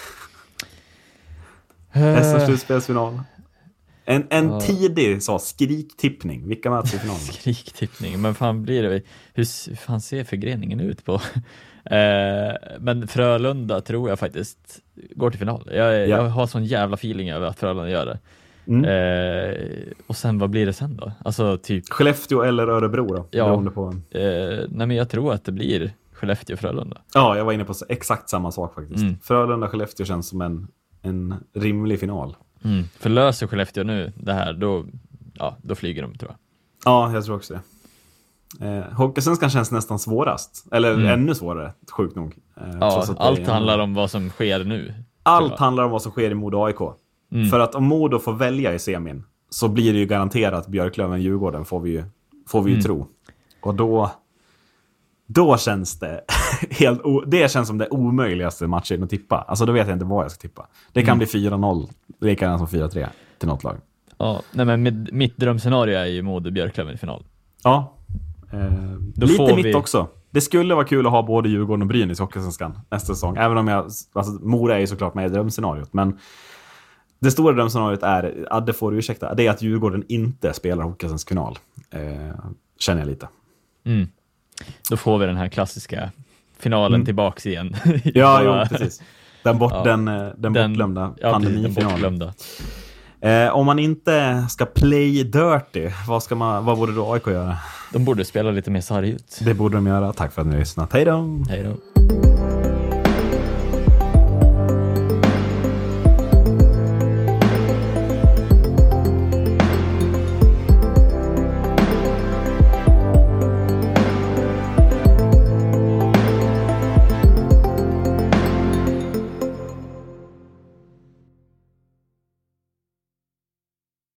S M-slutspelsfinal. En, en ja. tidig så, skriktippning. Vilka möts i finalen? Skriktippning, men fan blir det? Hur fan ser förgreningen ut på? eh, men Frölunda tror jag faktiskt går till final. Jag, ja. jag har sån jävla feeling över att Frölunda gör det. Mm. Eh, och sen, vad blir det sen då? Alltså typ... Skellefteå eller Örebro då? Ja. På. Eh, nej, men jag tror att det blir Skellefteå och Frölunda. Ja, jag var inne på exakt samma sak faktiskt. Mm. Frölunda och Skellefteå känns som en en rimlig final. Mm. För löser Skellefteå nu det här, då, ja, då flyger de, tror jag. Ja, jag tror också det. Eh, Hockeysvenskan känns nästan svårast. Eller mm. ännu svårare, sjukt nog. Eh, ja, allt en... handlar om vad som sker nu. Allt handlar om vad som sker i Modo A I K. Mm. För att om Modo får välja i semin så blir det ju garanterat Björklöven-Djurgården, får vi ju, får vi ju mm. tro. Och då... Då känns det helt o- det känns som det omöjligaste matchen att tippa. Alltså då vet jag inte vad jag ska tippa. Det kan mm. bli fyra noll, det kan som fyra tre till något lag. Ja, nej, men med, mitt drömscenario är ju Modo Björklöven i final. Ja. Eh, lite mitt vi... också. Det skulle vara kul att ha både Djurgården och Brynäs i Hockeysvenskan nästa säsong. Även om jag alltså Mora är ju såklart med i drömscenariot, men det stora drömscenariot är, Adde får du ursäkta, det är att Djurgården inte spelar Hockeysvensk final. Eh, känner jag lite. Mm. Då får vi den här klassiska finalen mm. tillbaks igen. Ja, jo, precis. Den, bort, ja. den, den bortglömda ja, pandemifinalen. Eh, om man inte ska play dirty, vad, ska man, vad borde då A I K göra? De borde spela lite mer sarg ut. Det borde de göra. Tack för att ni har lyssnat. Hej då! Hej då!